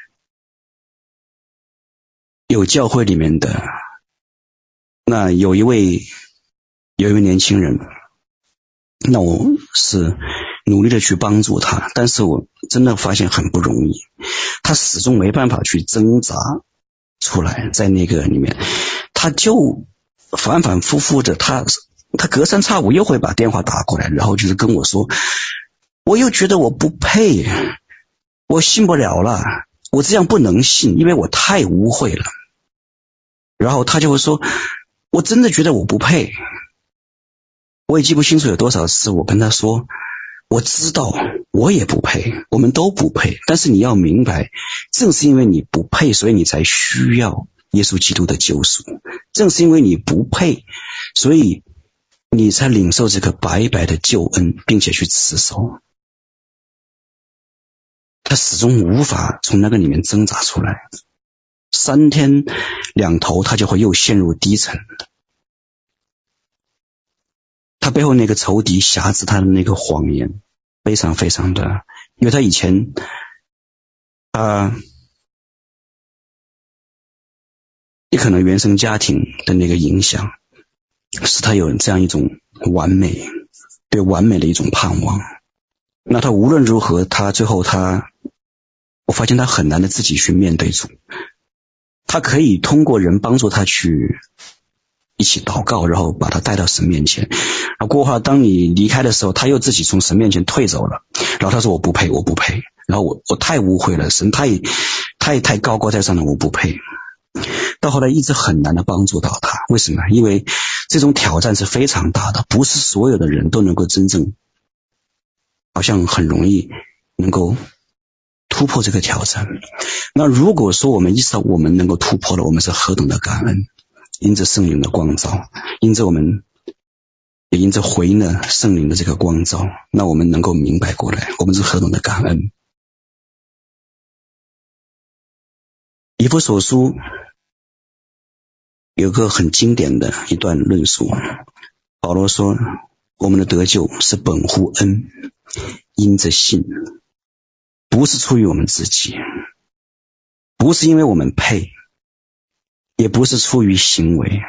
有教会里面的，那有一位年轻人，那我是努力的去帮助他，但是我真的发现很不容易，他始终没办法去挣扎出来，在那个里面他就反反复复的，他隔三差五又会把电话打过来，然后就是跟我说，我又觉得我不配，我信不了了，我这样不能信，因为我太污秽了。然后他就会说，我真的觉得我不配。我也记不清楚有多少次我跟他说，我知道我也不配，我们都不配，但是你要明白，正是因为你不配，所以你才需要耶稣基督的救赎，正是因为你不配，所以你才领受这个白白的救恩，并且去持守。他始终无法从那个里面挣扎出来，3天2头他就会又陷入低沉。他背后那个仇敌辖制他的那个谎言非常非常的，因为他以前也可能原生家庭的那个影响，使他有这样一种完美，对完美的一种盼望。那他无论如何，他最后我发现他很难的自己去面对主，他可以通过人帮助他去一起祷告，然后把他带到神面前。过后当你离开的时候，他又自己从神面前退走了，然后他说我不配，然后我太污秽了，神太高在上了，我不配。到后来一直很难的帮助到他，为什么？因为这种挑战是非常大的，不是所有的人都能够真正好像很容易能够突破这个挑战。那如果说我们意识到我们能够突破了，我们是何等的感恩，因着圣灵的光照，因着回应圣灵的这个光照，那我们能够明白过来，我们是何等的感恩。以弗所书有个很经典的一段论述，保罗说，我们的得救是本乎恩，因着信，不是出于我们自己，不是因为我们配，也不是出于行为，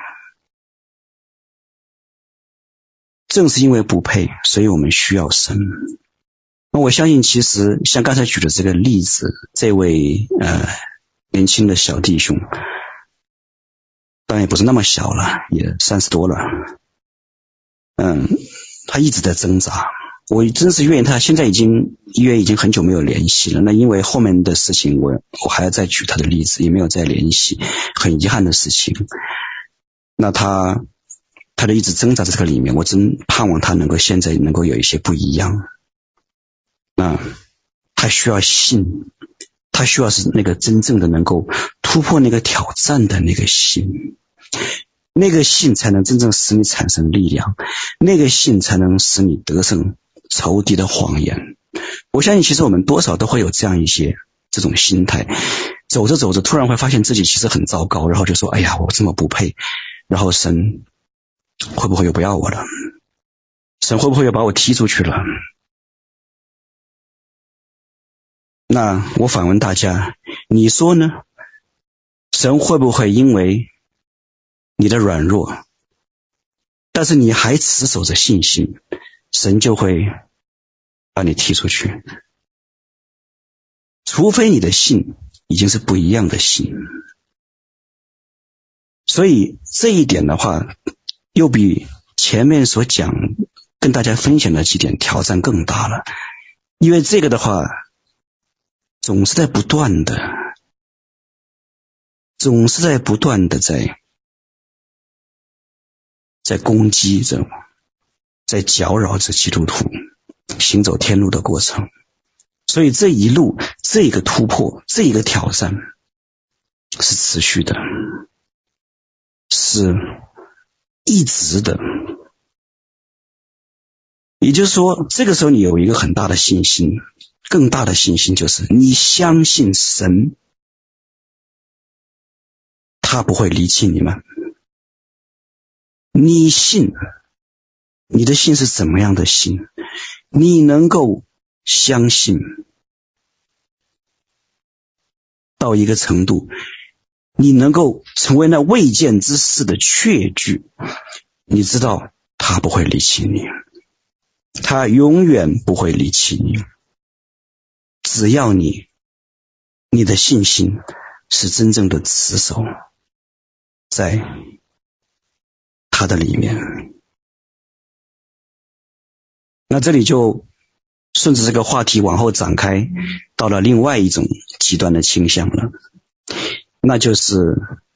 正是因为不配，所以我们需要神。那我相信其实像刚才举的这个例子，这位年轻的小弟兄，当然也不是那么小了，也30多了，他一直在挣扎， 我真是愿意他，现在已经很久没有联系了。那因为后面的事情我还要再举他的例子，也没有再联系，很遗憾的事情。那他就一直挣扎在这个里面，我真盼望他现在能够有一些不一样。那他需要信，他需要是那个真正的能够突破那个挑战的那个信，那个信才能真正使你产生力量，那个信才能使你得胜仇敌的谎言。我相信其实我们多少都会有这样一些这种心态，走着走着突然会发现自己其实很糟糕，然后就说哎呀我这么不配，然后神会不会又不要我了，神会不会又把我踢出去了。那我反问大家，你说呢？神会不会因为你的软弱，但是你还持守着信心，神就会把你踢出去？除非你的信已经是不一样的信。所以这一点的话，又比前面所讲跟大家分享的几点挑战更大了。因为这个的话总是在不断的在攻击着，在搅扰着基督徒行走天路的过程。所以这一路，这个突破，这一个挑战是持续的，是一直的。也就是说，这个时候你有一个很大的信心，更大的信心就是你相信神，他不会离弃你们。你信，你的信是怎么样的信？你能够相信到一个程度，你能够成为那未见之事的确据，你知道他不会离弃你，他永远不会离弃你。只要你的信心是真正的持守在他的里面。那这里就顺着这个话题往后展开，到了另外一种极端的倾向了，那就是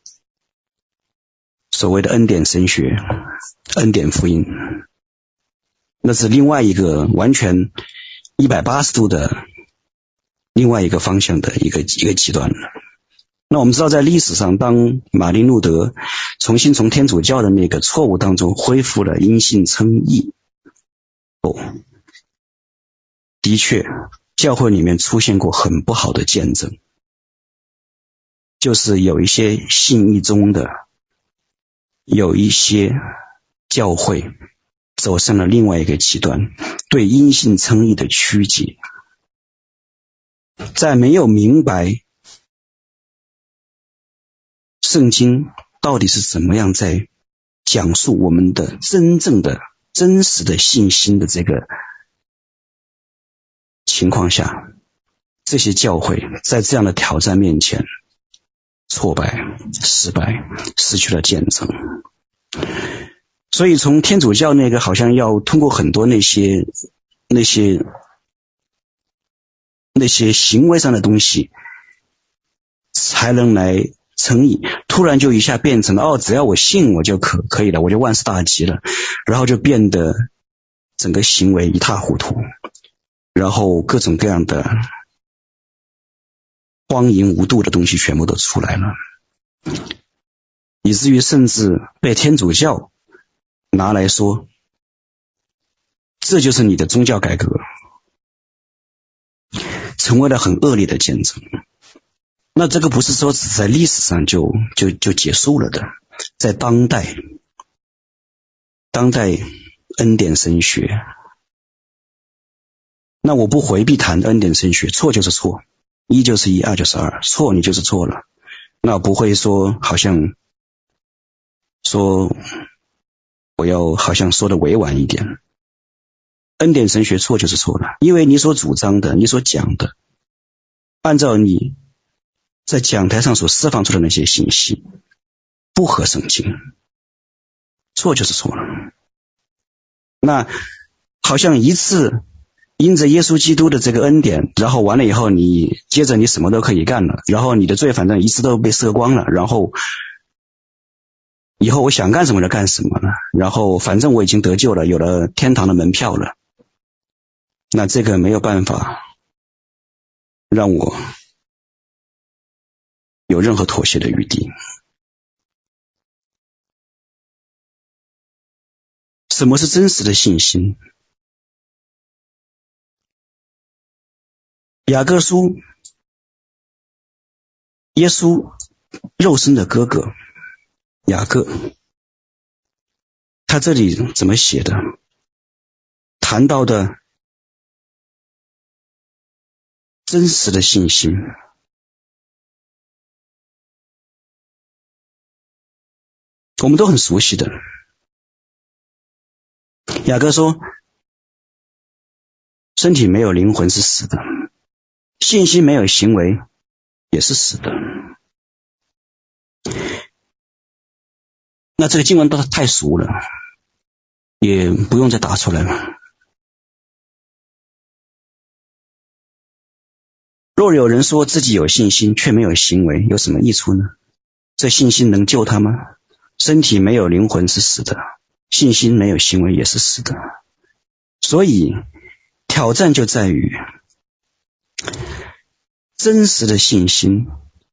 所谓的恩典神学、恩典福音。那是另外一个完全180度的另外一个方向的一个极端了。那我们知道，在历史上，当马丁路德重新从天主教的那个错误当中恢复了因信称义后，的确教会里面出现过很不好的见证，就是有一些信义中的，有一些教会走上了另外一个极端，对因信称义的曲解，在没有明白圣经到底是怎么样在讲述我们的真正的真实的信心的这个情况下，这些教会在这样的挑战面前挫败、失败，失去了见证。所以从天主教那个好像要通过很多那些行为上的东西才能来称义，突然就一下变成了只要我信我就可以了，我就万事大吉了，然后就变得整个行为一塌糊涂，然后各种各样的荒淫无度的东西全部都出来了，以至于甚至被天主教拿来说这就是你的宗教改革，成为了很恶劣的见证。那这个不是说只在历史上就结束了的，在当代恩典神学，那我不回避谈恩典神学，错就是错，一就是一，二就是二，错你就是错了。那不会说好像说我要好像说的委婉一点，恩典神学错就是错了，因为你所主张的，你所讲的，按照你在讲台上所释放出的那些信息不合圣经，错就是错了。那好像一次因着耶稣基督的这个恩典，然后完了以后你接着你什么都可以干了，然后你的罪反正一次都被赦光了，然后以后我想干什么就干什么了，然后反正我已经得救了，有了天堂的门票了，那这个没有办法让我有任何妥协的余地。什么是真实的信心？雅各书，耶稣肉身的哥哥雅各，他这里怎么写的？谈到的真实的信心，我们都很熟悉的。雅各说，身体没有灵魂是死的，信心没有行为也是死的。那这个经文都太熟了，也不用再打出来了。若有人说自己有信心却没有行为，有什么益处呢？这信心能救他吗？身体没有灵魂是死的，信心没有行为也是死的。所以挑战就在于真实的信心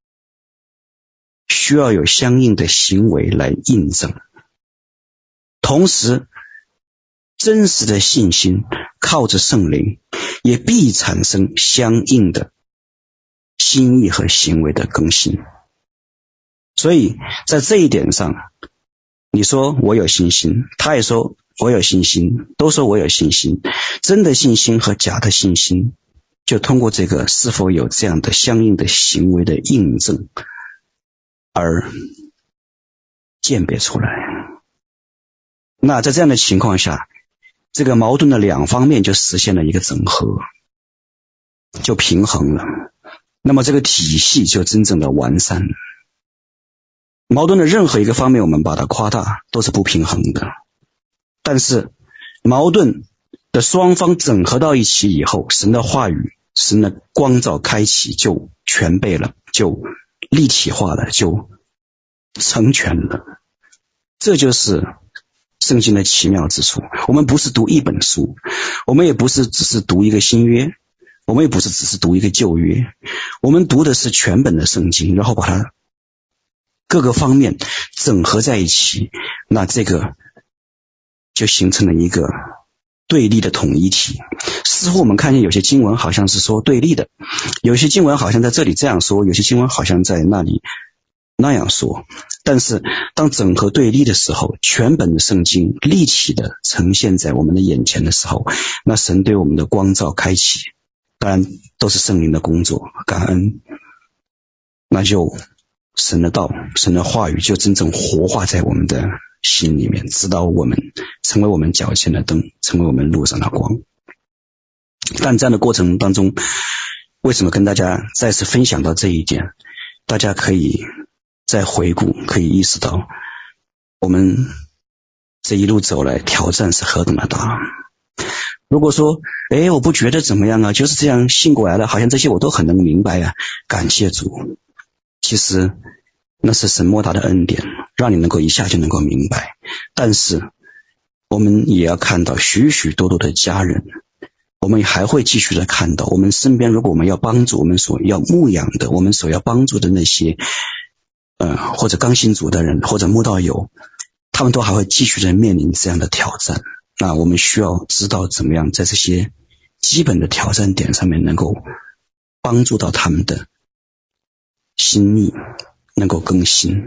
需要有相应的行为来印证，同时真实的信心靠着圣灵也必产生相应的心意和行为的更新。所以在这一点上，你说我有信心，他也说我有信心，都说我有信心，真的信心和假的信心就通过这个是否有这样的相应的行为的印证而鉴别出来。那在这样的情况下，这个矛盾的两方面就实现了一个整合，就平衡了，那么这个体系就真正的完善了。矛盾的任何一个方面我们把它夸大都是不平衡的，但是矛盾的双方整合到一起以后，神的话语，神的光照开启就全备了，就立体化了，就成全了。这就是圣经的奇妙之处。我们不是读一本书，我们也不是只是读一个新约，我们也不是只是读一个旧约，我们读的是全本的圣经，然后把它各个方面整合在一起，那这个就形成了一个对立的统一体。似乎我们看见有些经文好像是说对立的，有些经文好像在这里这样说，有些经文好像在那里那样说，但是当整合对立的时候，全本的圣经立体的呈现在我们的眼前的时候，那神对我们的光照开启，当然都是圣灵的工作，感恩，那就神的道，神的话语就真正活化在我们的心里面，指导我们，成为我们脚前的灯，成为我们路上的光。但这样的过程当中，为什么跟大家再次分享到这一点，大家可以再回顾，可以意识到我们这一路走来挑战是何等的大。如果说我不觉得怎么样啊，就是这样信过来了，好像这些我都很能明白啊，感谢主。其实那是神莫大的恩典，让你能够一下就能够明白。但是我们也要看到许许多多的家人，我们还会继续的看到我们身边，如果我们要帮助我们所要牧养的，我们所要帮助的那些或者刚信主的人，或者慕道友，他们都还会继续的面临这样的挑战。那我们需要知道怎么样在这些基本的挑战点上面能够帮助到他们的心意能够更新。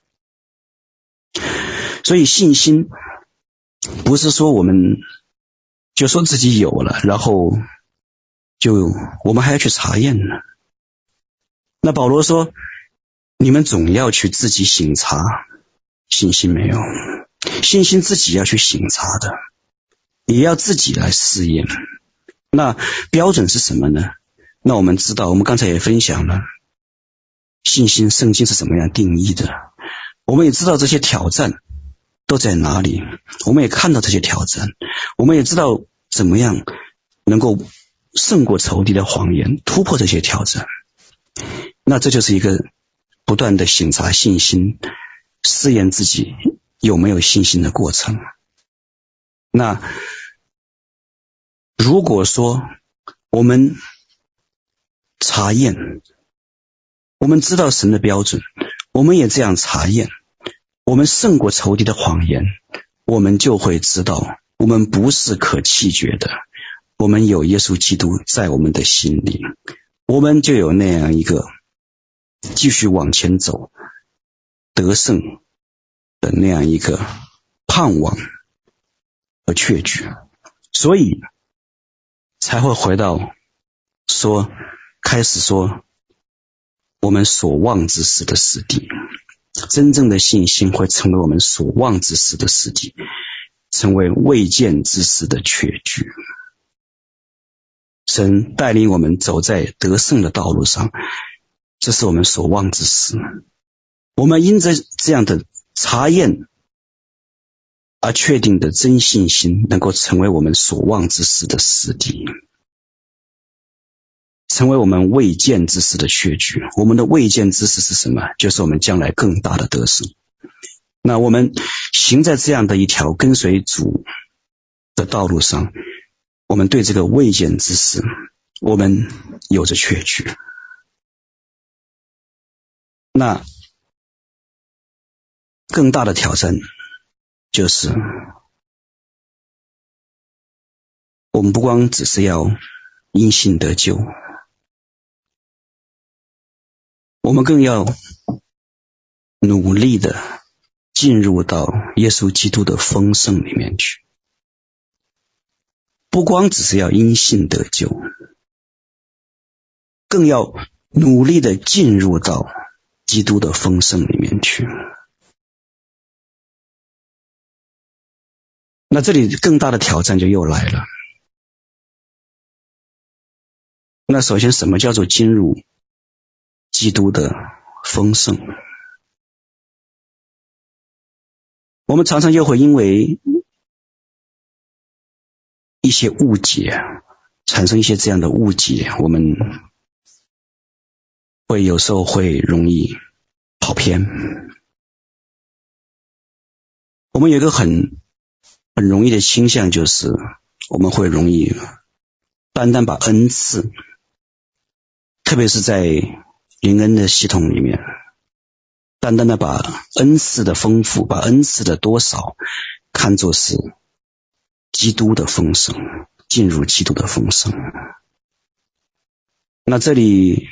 所以信心不是说我们就说自己有了，然后就我们还要去查验呢。那保罗说，你们总要去自己省察信心没有，信心自己要去省察的，也要自己来试验。那标准是什么呢？那我们知道，我们刚才也分享了信心圣经是怎么样定义的，我们也知道这些挑战都在哪里，我们也看到这些挑战，我们也知道怎么样能够胜过仇敌的谎言，突破这些挑战。那这就是一个不断的省察信心，试验自己有没有信心的过程。那如果说我们查验，我们知道神的标准，我们也这样查验，我们胜过仇敌的谎言，我们就会知道我们不是可弃绝的，我们有耶稣基督在我们的心里，我们就有那样一个继续往前走得胜的那样一个盼望和确据，所以才会回到开始说我们所望之事的实底。真正的信心会成为我们所望之事的实底，成为未见之事的确据。神带领我们走在得胜的道路上，这是我们所望之事。我们因着这样的查验而确定的真信心，能够成为我们所望之事的实底，成为我们未见之事的确据。我们的未见之事是什么？就是我们将来更大的得胜。那我们行在这样的一条跟随主的道路上，我们对这个未见之事，我们有着确据。那更大的挑战就是我们不光只是要因信得救，我们更要努力的进入到耶稣基督的丰盛里面去。不光只是要因信得救，更要努力的进入到基督的丰盛里面去。那这里更大的挑战就又来了。那首先，什么叫做进入基督的丰盛？我们常常又会因为一些误解，产生一些这样的误解，我们会有时候会容易跑偏。我们有一个很容易的倾向，就是我们会容易单单把恩赐，特别是在灵恩的系统里面，单单的把恩赐的丰富，把恩赐的多少看作是基督的丰盛，进入基督的丰盛。那这里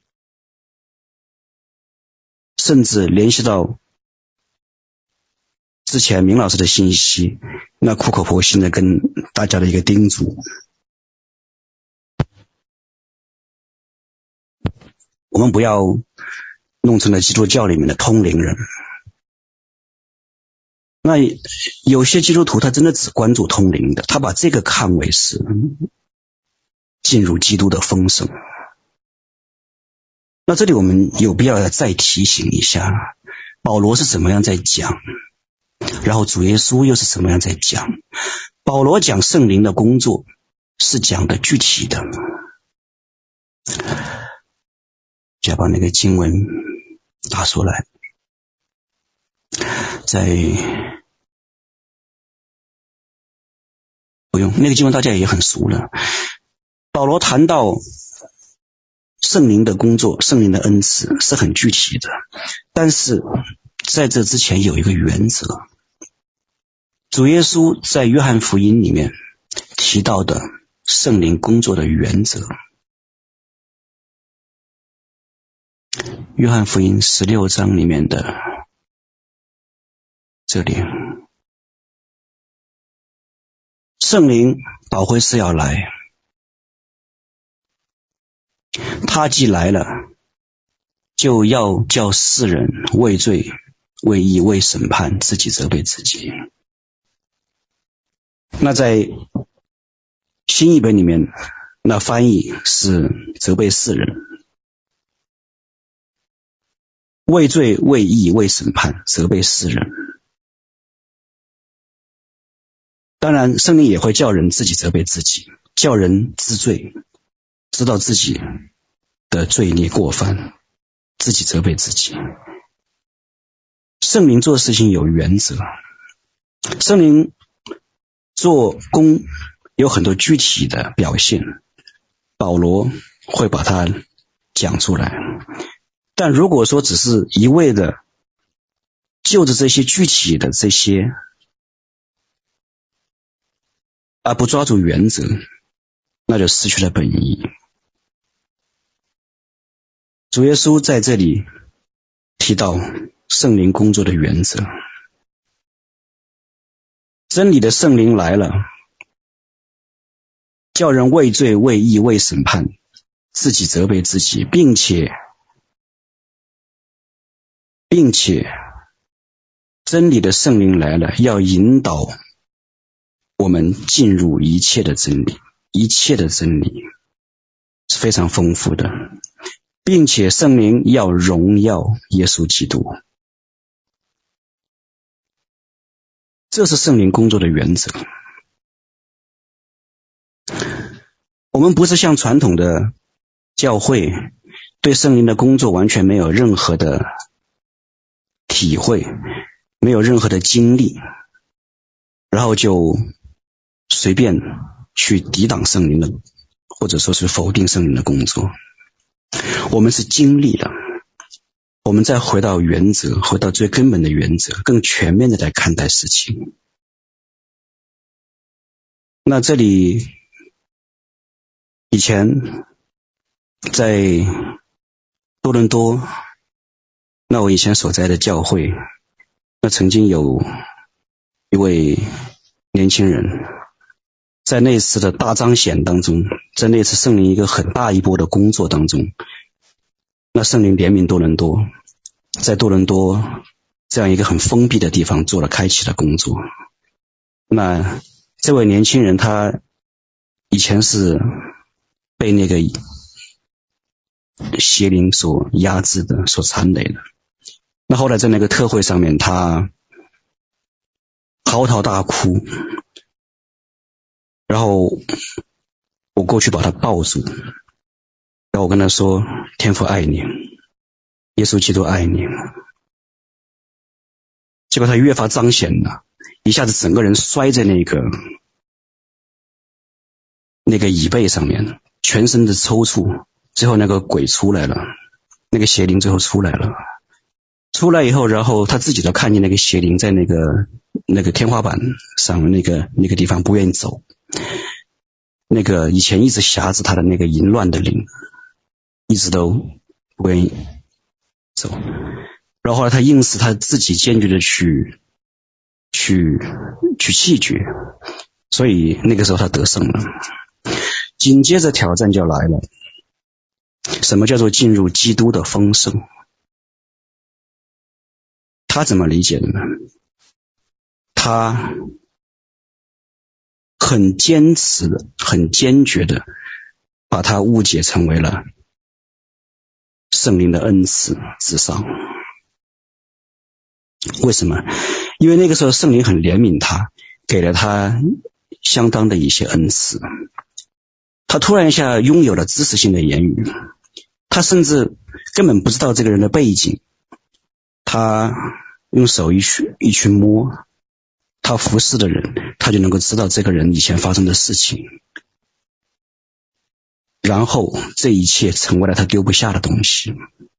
甚至联系到之前明老师的信息，那苦口婆心的跟大家的一个叮嘱，我们不要弄成了基督教里面的通灵人。那有些基督徒他真的只关注通灵的，他把这个看为是进入基督的丰盛。那这里我们有必要再提醒一下，保罗是怎么样在讲，然后主耶稣又是怎么样在讲。保罗讲圣灵的工作是讲的具体的，就要把那个经文打出来，不用，那个经文大家也很熟了。保罗谈到圣灵的工作，圣灵的恩赐是很具体的，但是在这之前有一个原则。主耶稣在约翰福音里面提到的圣灵工作的原则，约翰福音16章里面的这里，圣灵保惠师要来，他既来了，就要叫世人为罪、为义、为审判，自己责备自己。那在新译本里面，那翻译是责备世人，为罪、为义、为审判，责备世人。 当然圣灵也会叫人自己责备自己，叫人知罪，知道自己的罪孽过犯，自己责备自己。圣灵做事情有原则，圣灵做工有很多具体的表现，保罗会把它讲出来。但如果说只是一味的就着这些具体的这些而不抓住原则，那就失去了本意。主耶稣在这里提到圣灵工作的原则，真理的圣灵来了，叫人为罪、为义、为审判，自己责备自己，并且真理的圣灵来了，要引导我们进入一切的真理，一切的真理是非常丰富的，并且圣灵要荣耀耶稣基督。这是圣灵工作的原则。我们不是像传统的教会对圣灵的工作完全没有任何的体会，没有任何的经历，然后就随便去抵挡圣灵的，或者说是否定圣灵的工作。我们是经历了，我们再回到原则，回到最根本的原则，更全面的来看待事情。那这里以前在多伦多，那我以前所在的教会，那曾经有一位年轻人，在那次的大彰显当中，在那次圣灵一个很大一波的工作当中，那圣灵怜悯多伦多，在多伦多这样一个很封闭的地方做了开启的工作。那这位年轻人他以前是被那个邪灵所压制的，所缠累的。那后来在那个特会上面，他嚎啕大哭，然后我过去把他抱住，然后我跟他说，天父爱你，耶稣基督爱你。结果他越发彰显了，一下子整个人摔在那个椅背上面，全身的抽搐，最后那个鬼出来了，那个邪灵最后出来了。出来以后，然后他自己都看见那个邪灵在那个天花板上那个地方不愿意走，那个以前一直挟制他的那个淫乱的灵一直都不愿意走，然后后来他硬是他自己坚决的去弃绝，所以那个时候他得胜了。紧接着挑战就来了，什么叫做进入基督的丰盛？他怎么理解的呢？他很坚持的，很坚决的把它误解成为了圣灵的恩赐之上。为什么？因为那个时候圣灵很怜悯他，给了他相当的一些恩赐。他突然一下拥有了知识性的言语，他甚至根本不知道这个人的背景，他用手一去摸他服侍的人，他就能够知道这个人以前发生的事情，然后这一切成为了他丢不下的东西。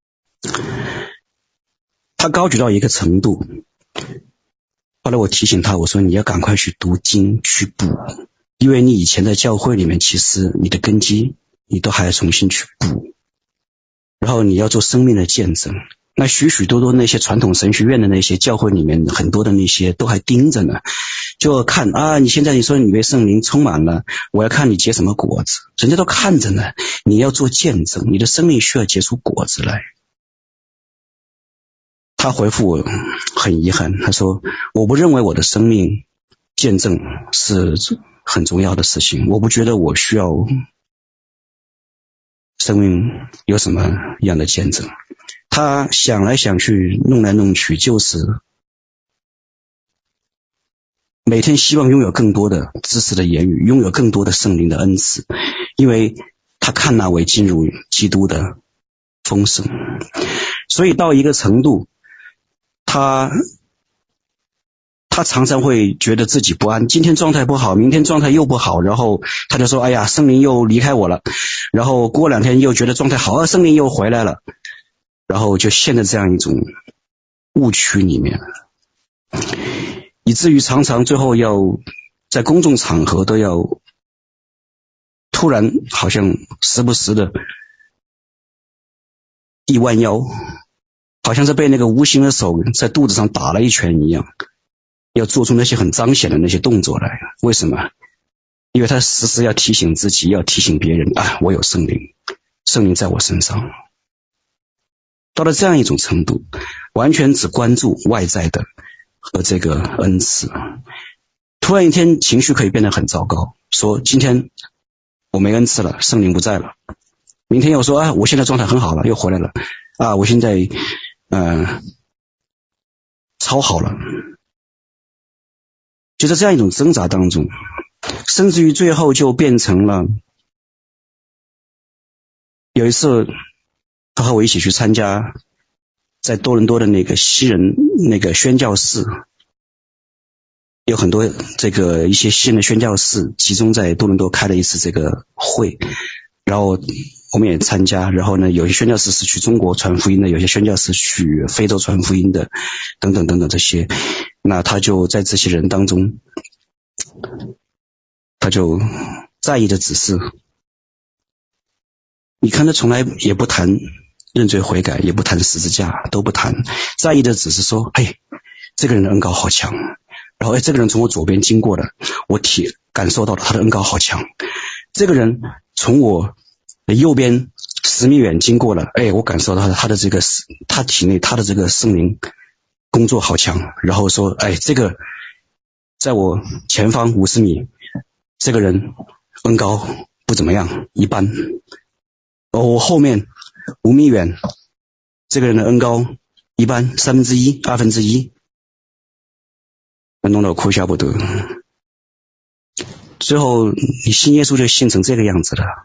他高举到一个程度，后来我提醒他，我说你要赶快去读经去补，因为你以前在教会里面其实你的根基你都还要重新去补，然后你要做生命的见证。那许许多多那些传统神学院的那些教会里面很多的那些都还盯着呢，就看啊，你现在你说你被圣灵充满了，我要看你结什么果子，人家都看着呢，你要做见证，你的生命需要结出果子来。他回复我很遗憾，他说我不认为我的生命见证是很重要的事情，我不觉得我需要生命有什么样的见证。他想来想去弄来弄去，就是每天希望拥有更多的知识的言语，拥有更多的圣灵的恩赐，因为他看那为进入基督的丰盛。所以到一个程度，他常常会觉得自己不安，今天状态不好，明天状态又不好，然后他就说哎呀，圣灵又离开我了，然后过2天又觉得状态好，圣灵又回来了，然后就陷在这样一种误区里面，以至于常常最后要在公众场合都要突然好像时不时的一弯腰，好像是被那个无形的手在肚子上打了一拳一样，要做出那些很彰显的那些动作来。为什么？因为他时时要提醒自己，要提醒别人啊，我有圣灵，圣灵在我身上。到了这样一种程度，完全只关注外在的和这个恩赐，突然一天情绪可以变得很糟糕，说今天我没恩赐了，圣灵不在了，明天又说啊，我现在状态很好了，又回来了啊，我现在超好了。就在这样一种挣扎当中，甚至于最后就变成了，有一次他和我一起去参加在多伦多的那个西人那个宣教士，有很多这个一些新的宣教士集中在多伦多开了一次这个会，然后我们也参加，然后呢有些宣教士是去中国传福音的，有些宣教士去非洲传福音的，等等等等这些。那他就在这些人当中，他就在意的只是，你看他从来也不谈认罪悔改，也不谈十字架，都不谈，在意的只是说，嘿，这个人的恩膏好强，然后这个人从我左边经过了，我感受到了他的恩膏好强，这个人从我的右边10米远经过了，我感受到他的这个他体内他的这个圣灵工作好强，然后说这个在我前方50米，这个人恩膏不怎么样，一般，我后面5米远，这个人的恩膏一般1/3、1/2，弄得我哭笑不得。最后你信耶稣就信成这个样子了，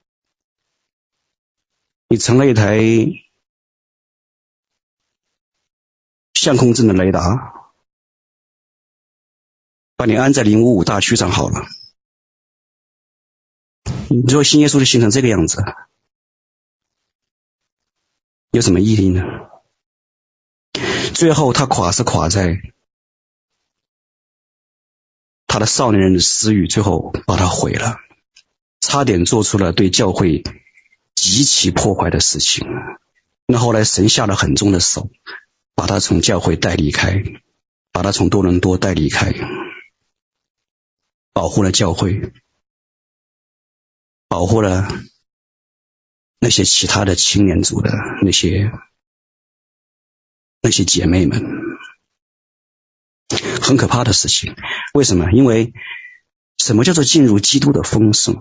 你成了一台相控阵的雷达，把你安在055大区上好了，你最后信耶稣就信成这个样子，有什么意义呢？最后他垮是垮在他的少年人的私欲，最后把他毁了，差点做出了对教会极其破坏的事情。那后来神下了很重的手，把他从教会带离开，把他从多伦多带离开，保护了教会，保护了那些其他的青年组的那些姐妹们。很可怕的事情。为什么？因为什么叫做进入基督的丰盛？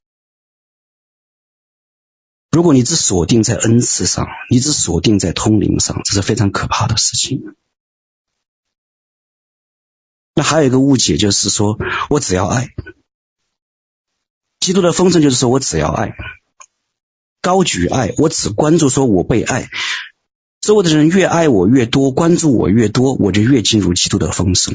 如果你只锁定在恩赐上，你只锁定在通灵上，这是非常可怕的事情。那还有一个误解，就是说我只要爱。基督的丰盛就是说我只要爱，高举爱，我只关注说我被爱，周围的人越爱我越多，关注我越多，我就越进入基督的丰盛。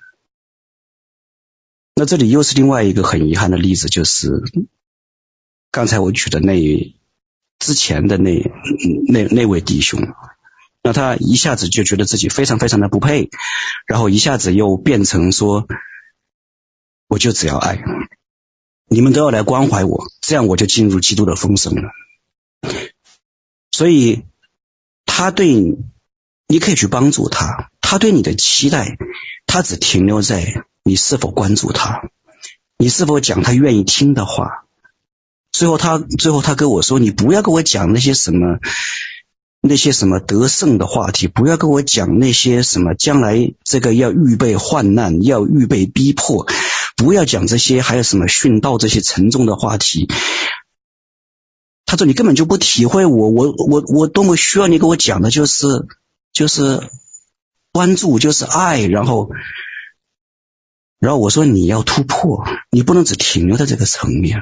那这里又是另外一个很遗憾的例子，就是刚才我举的之前的那位弟兄，那他一下子就觉得自己非常非常的不配，然后一下子又变成说我就只要爱，你们都要来关怀我，这样我就进入基督的丰盛了。所以他对你可以去帮助他，他对你的期待，他只停留在你是否关注他，你是否讲他愿意听的话。最后他跟我说，你不要跟我讲那些什么得胜的话题，不要跟我讲那些什么将来这个要预备患难，要预备逼迫，不要讲这些，还有什么殉道这些沉重的话题。他说你根本就不体会我多么需要你给我讲的就是关注，就是爱，然后然后我说你要突破，你不能只停留在这个层面。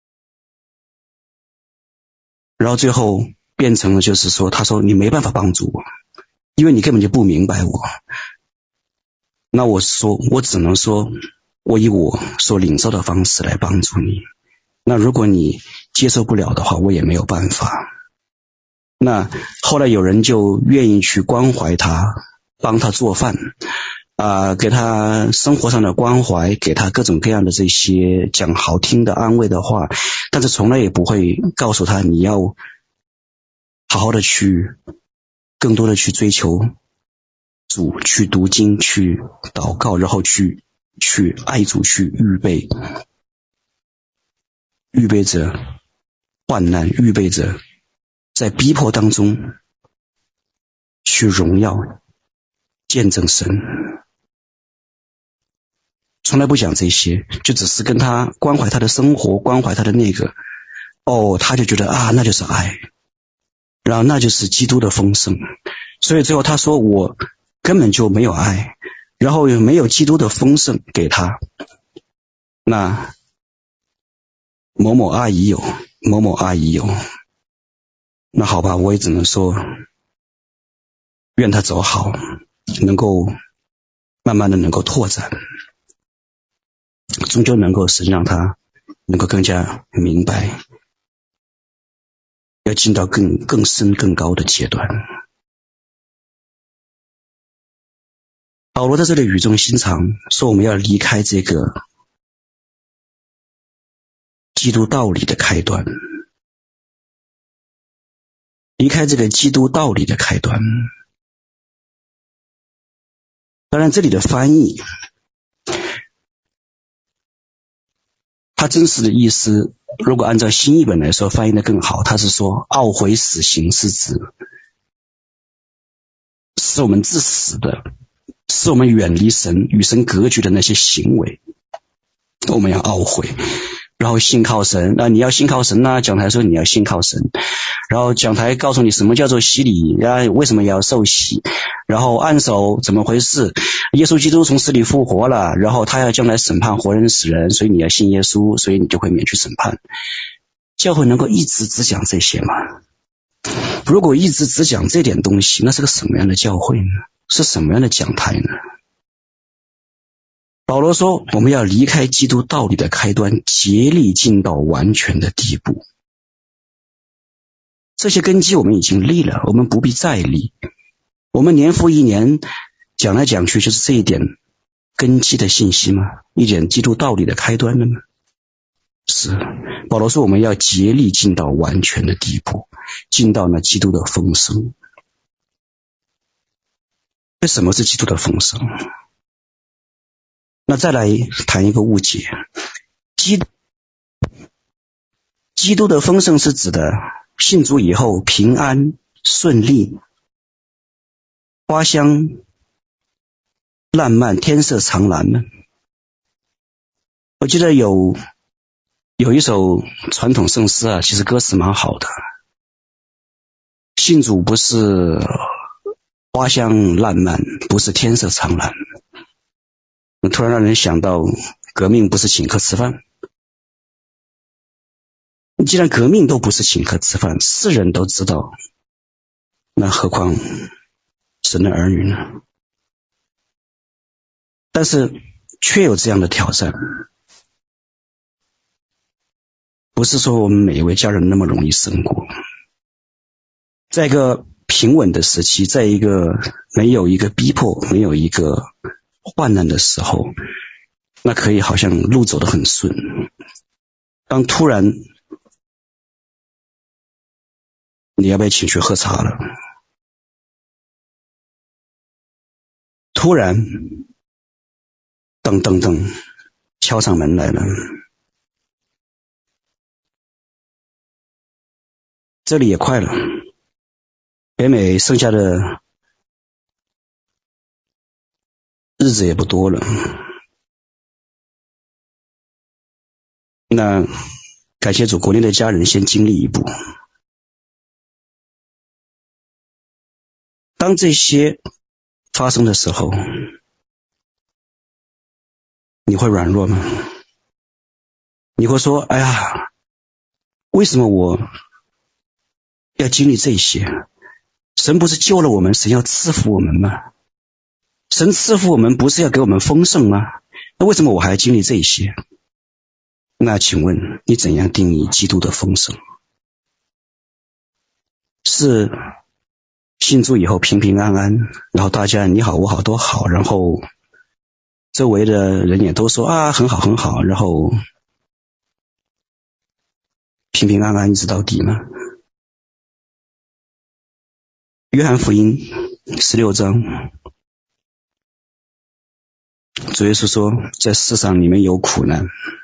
然后最后变成了就是说，他说你没办法帮助我，因为你根本就不明白我。那我说我只能说，我以我所领受的方式来帮助你。那如果你接受不了的话，我也没有办法。那后来有人就愿意去关怀他，帮他做饭给他生活上的关怀，给他各种各样的这些讲好听的安慰的话，但是从来也不会告诉他你要好好的去更多的去追求主，去读经，去祷告，然后去爱主，去预备着患难，预备着在逼迫当中去荣耀见证神。从来不讲这些，就只是跟他关怀他的生活，关怀他的那个他就觉得那就是爱，然后那就是基督的丰盛。所以最后他说我根本就没有爱，然后又没有基督的丰盛给他，那某某阿姨有，某某阿姨有，那好吧，我也只能说愿他走好，能够慢慢的能够拓展，终究能够神让他能够更加明白，要进到更深更高的阶段。保罗在这里语重心长说，我们要离开这个基督道理的开端，离开这个基督道理的开端。当然这里的翻译它真实的意思，如果按照新译本来说翻译的更好，它是说懊悔死刑是指使我们致死的，使我们远离神与神隔绝的那些行为，我们要懊悔，然后信靠神。你要信靠神讲台说你要信靠神，然后讲台告诉你什么叫做洗礼，为什么要受洗，然后按手怎么回事，耶稣基督从死里复活了，然后他要将来审判活人死人，所以你要信耶稣，所以你就会免去审判。教会能够一直只讲这些吗？如果一直只讲这点东西，那是个什么样的教会呢？是什么样的讲台呢？保罗说我们要离开基督道理的开端，竭力进到完全的地步。这些根基我们已经立了，我们不必再立。我们年复一年讲来讲去就是这一点根基的信息吗？一点基督道理的开端了吗？是。保罗说我们要竭力进到完全的地步，进到那基督的丰盛。为什么是基督的丰盛？那再来谈一个误解，基督的丰盛是指的信主以后平安顺利，花香烂漫，天色常蓝吗？我记得有一首传统圣诗其实歌词蛮好的，信主不是花香烂漫，不是天色常蓝，突然让人想到革命不是请客吃饭。既然革命都不是请客吃饭，世人都知道，那何况神的儿女呢？但是却有这样的挑战，不是说我们每一位家人那么容易胜过。在一个平稳的时期，在一个没有一个逼迫，没有一个患难的时候，那可以好像路走得很顺。当突然你要被请去喝茶了，突然噔噔噔敲上门来了，这里也快了，北美剩下的日子也不多了，那感谢主，国内的家人先经历一步。当这些发生的时候， 你会软弱吗？你会说，哎呀，为什么我要经历这些？神不是救了我们，神要赐福我们吗？神赐福我们不是要给我们丰盛吗？那为什么我还要经历这些？那请问你怎样定义基督的丰盛？是信主以后平平安安，然后大家你好我好都好，然后周围的人也都说啊很好很好，然后平平安安一直到底吗？约翰福音16章，主耶稣说，在世上你们有苦难，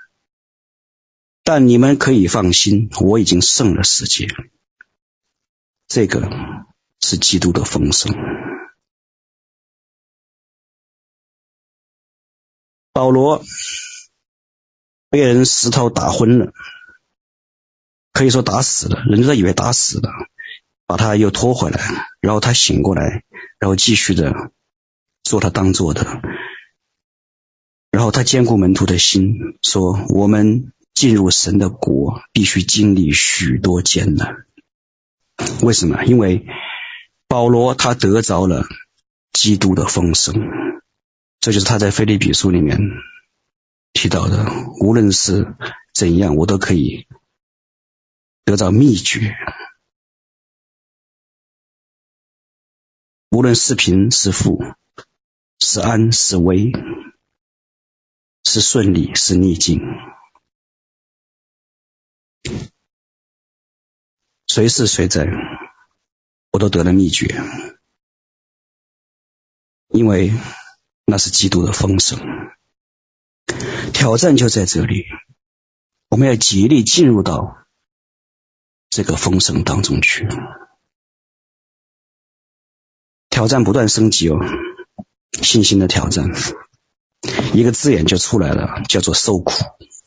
但你们可以放心，我已经胜了世界。这个是基督的丰盛。保罗被人石头打昏了，可以说打死了，人都以为打死了，把他又拖回来，然后他醒过来，然后继续的做他当做的，然后他坚固门徒的心，说我们进入神的国必须经历许多艰难。为什么？因为保罗他得着了基督的丰盛，这就是他在腓立比书里面提到的，无论是怎样我都可以得到秘诀，无论是贫是富，是安是危，是顺利是逆境，谁是谁在，我都得了秘诀，因为那是基督的丰盛。挑战就在这里，我们要极力进入到这个丰盛当中去。挑战不断升级哦，信心的挑战，一个字眼就出来了，叫做受苦。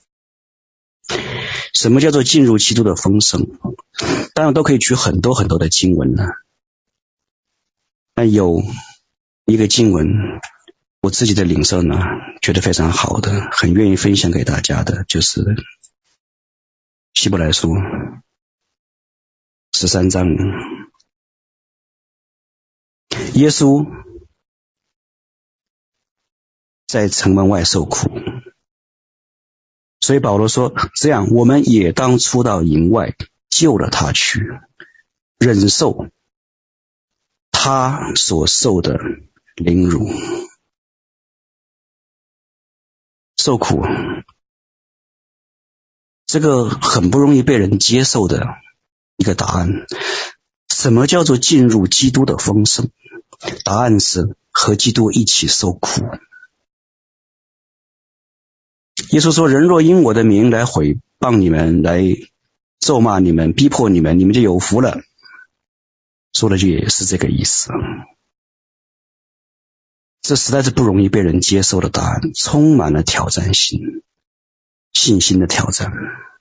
什么叫做进入基督的丰盛？当然都可以举很多很多的经文了。但有一个经文我自己的领受呢，觉得非常好的，很愿意分享给大家的，就是希伯来书13章，耶稣在城门外受苦，所以保罗说，这样我们也当出到营外，救了他去，忍受他所受的凌辱。受苦，这个很不容易被人接受的一个答案。什么叫做进入基督的丰盛？答案是和基督一起受苦。耶稣说，人若因我的名来毁谤你们，来咒骂你们，逼迫你们，你们就有福了。说的就也是这个意思。这实在是不容易被人接受的答案，充满了挑战性，信心的挑战。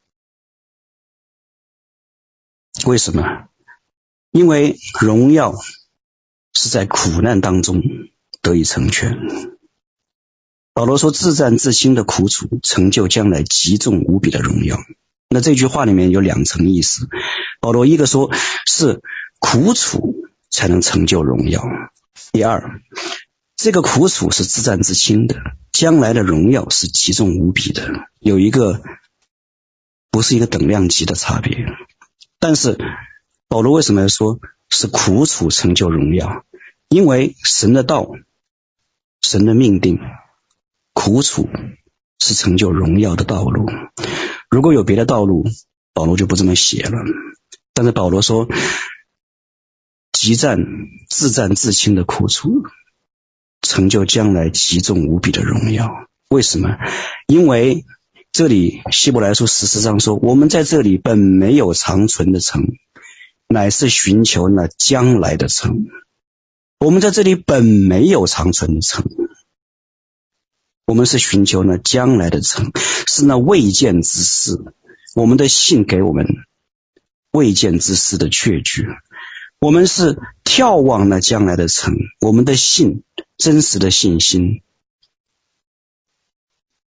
为什么？因为荣耀是在苦难当中得以成全。保罗说，自战自清的苦楚成就将来极重无比的荣耀。那这句话里面有两层意思，保罗一个说是苦楚才能成就荣耀，第二，这个苦楚是自战自清的，将来的荣耀是极重无比的，有一个不是一个等量级的差别。但是保罗为什么要说是苦楚成就荣耀？因为神的道，神的命定，苦楚是成就荣耀的道路。如果有别的道路，保罗就不这么写了。但是保罗说，自战自清的苦楚成就将来极重无比的荣耀。为什么？因为这里希伯来书14章说，我们在这里本没有长存的城，乃是寻求那将来的城。我们在这里本没有长存的城，我们是寻求那将来的城，是那未见之事。我们的信给我们未见之事的确据，我们是眺望那将来的城。我们的信，真实的信心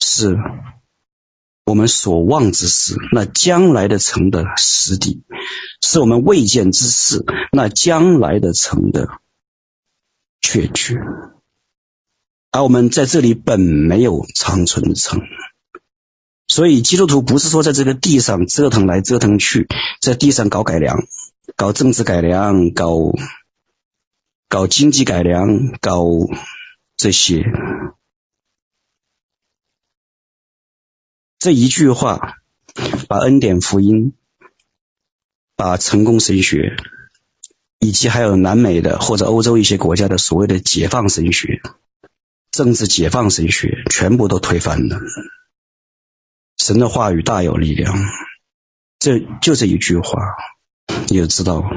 是我们所望之事，那将来的成的实底；是我们未见之事，那将来的成的确据。而我们在这里本没有长存的成，所以基督徒不是说在这个地上折腾来折腾去，在地上搞改良，搞政治改良，搞经济改良，搞这些。这一句话把恩典福音，把成功神学，以及还有南美的或者欧洲一些国家的所谓的解放神学，政治解放神学全部都推翻了。神的话语大有力量，就这一句话，你就知道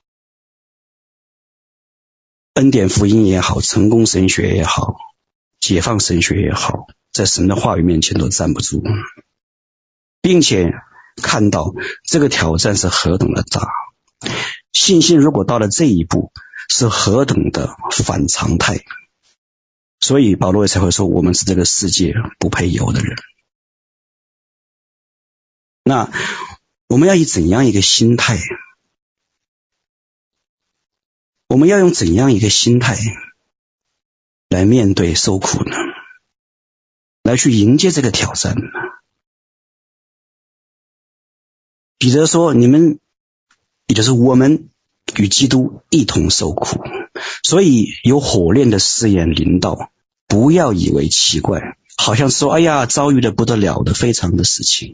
恩典福音也好，成功神学也好，解放神学也好，在神的话语面前都站不住，并且看到这个挑战是何等的大，信心如果到了这一步是何等的反常态。所以保罗才会说我们是这个世界不配有的人。那我们要以怎样一个心态，我们要用怎样一个心态来面对受苦呢？来去迎接这个挑战呢？彼得说，你们也就是我们与基督一同受苦，所以有火炼的试验临到，不要以为奇怪，好像说哎呀遭遇的不得了的非常的事情，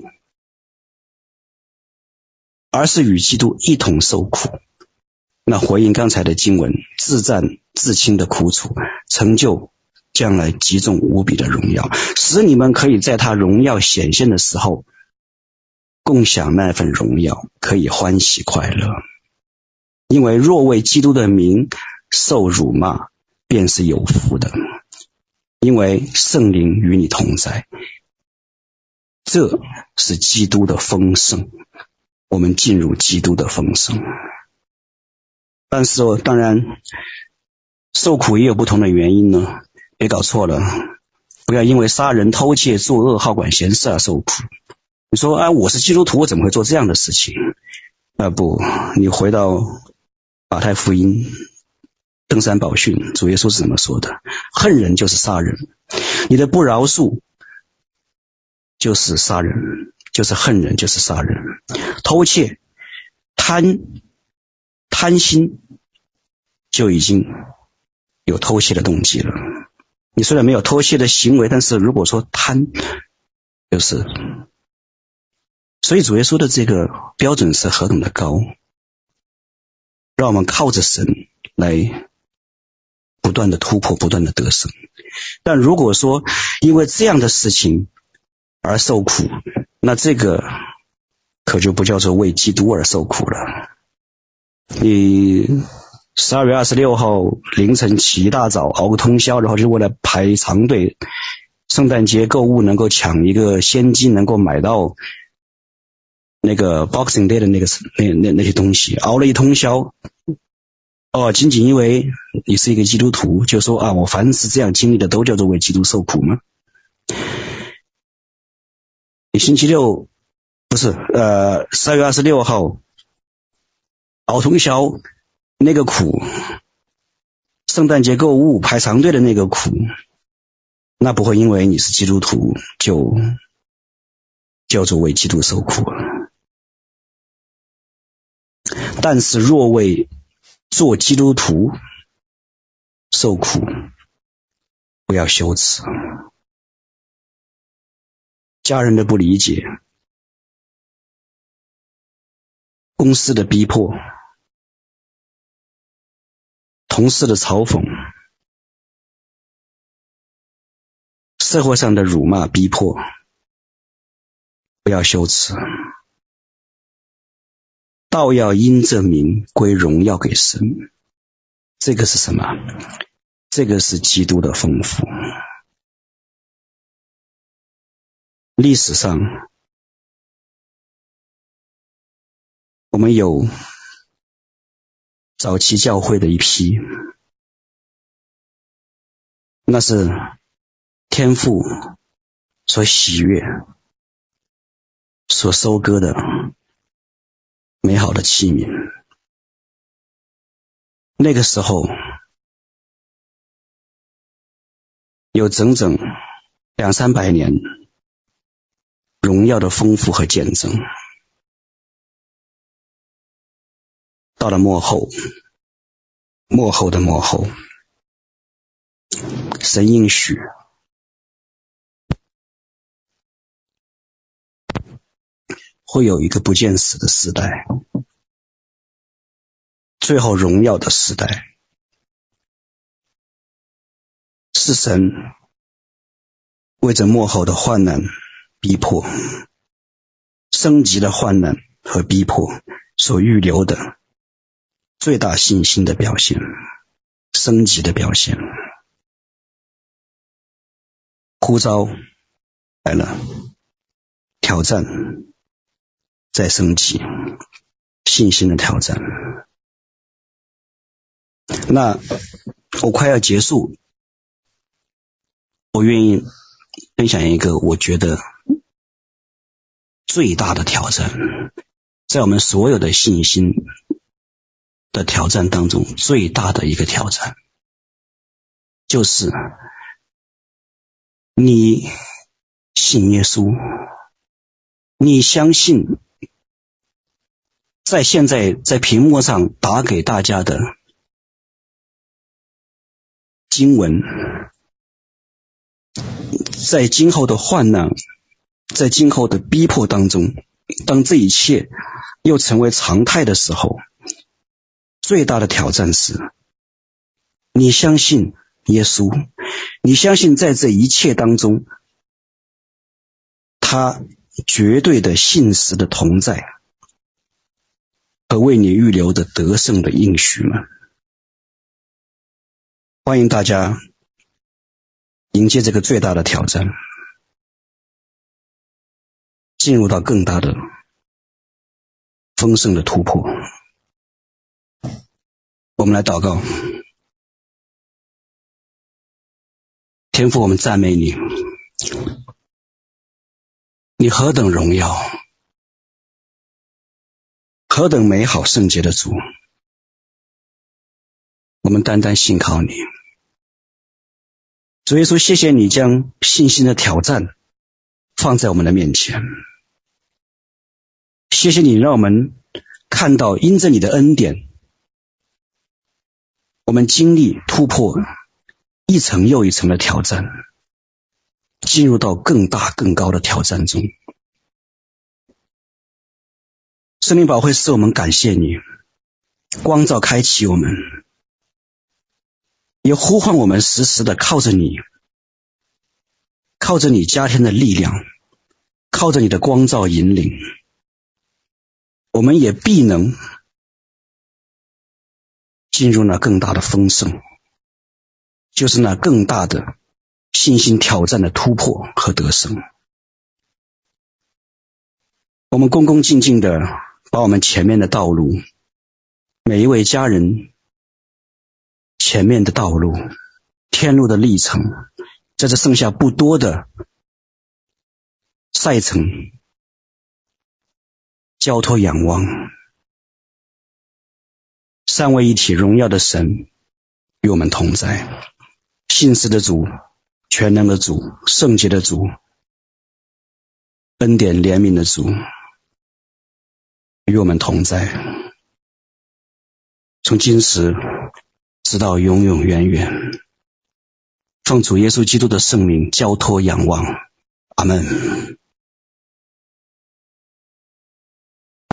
而是与基督一同受苦。那回应刚才的经文，自战自轻的苦楚，成就将来极重无比的荣耀，使你们可以在他荣耀显现的时候共享那份荣耀，可以欢喜快乐。因为若为基督的名受辱骂，便是有福的，因为圣灵与你同在，这是基督的丰盛，我们进入基督的丰盛。但是当然受苦也有不同的原因呢，别搞错了，不要因为杀人偷窃作恶好管闲事而受苦。你说我是基督徒，我怎么会做这样的事情？不，你回到马太福音登山宝训，主耶稣是怎么说的？恨人就是杀人，你的不饶恕就是杀人，就是恨人，就是杀人。偷窃贪心就已经有偷窃的动机了。你虽然没有偷窃的行为，但是如果说贪，就是。所以主耶稣的这个标准是何等的高，让我们靠着神来不断的突破，不断的得胜。但如果说因为这样的事情而受苦，那这个可就不叫做为基督而受苦了。你12月26号凌晨起一大早熬个通宵，然后就为了排长队，圣诞节购物能够抢一个先机，能够买到那个 Boxing Day 的那些东西，熬了一通宵。仅仅因为你是一个基督徒，就说我凡是这样经历的都叫做为基督受苦吗？你星期六不是12月26号熬通宵那个苦，圣诞节购物排长队的那个苦，那不会因为你是基督徒就叫做为基督受苦了。但是若为做基督徒受苦，不要羞耻。家人的不理解，公司的逼迫，同事的嘲讽，社会上的辱骂逼迫，不要羞耻，倒要因这名归荣耀给神。这个是什么？这个是基督的丰富。历史上我们有早期教会的一批，那是天父所喜悦、所收割的美好的器皿。那个时候有整整200-300年荣耀的丰富和见证。到了末后的末后，神应许会有一个不见死的时代，最后荣耀的时代，是神为着末后的患难逼迫、升级的患难和逼迫所预留的最大信心的表现，升级的表现。呼召来了，挑战再升级，信心的挑战。那我快要结束，我愿意分享一个我觉得最大的挑战，在我们所有的信心的挑战当中，最大的一个挑战，就是你信耶稣，你相信在现在在屏幕上打给大家的经文，在今后的患难，在今后的逼迫当中，当这一切又成为常态的时候，最大的挑战是你相信耶稣，你相信在这一切当中他绝对的信实的同在和为你预留的得胜的应许吗？欢迎大家迎接这个最大的挑战，进入到更大的丰盛的突破。我们来祷告。天父，我们赞美你，你何等荣耀，何等美好圣洁的主，我们单单信靠你。主耶稣，谢谢你将信心的挑战放在我们的面前，谢谢你让我们看到因着你的恩典，我们经历突破一层又一层的挑战，进入到更大更高的挑战中。圣灵宝会使我们感谢你，光照开启我们，也呼唤我们时时的靠着你，靠着你加添的力量，靠着你的光照引领，我们也必能进入那更大的丰盛，就是那更大的信心挑战的突破和得胜。我们恭恭敬敬的把我们前面的道路，每一位家人前面的道路，天路的历程，在这剩下不多的赛程，交托仰望三位一体荣耀的神与我们同在，信实的主，全能的主，圣洁的主，恩典怜悯的主与我们同在，从今时直到永永远远。奉主耶稣基督的圣名交托仰望，阿们。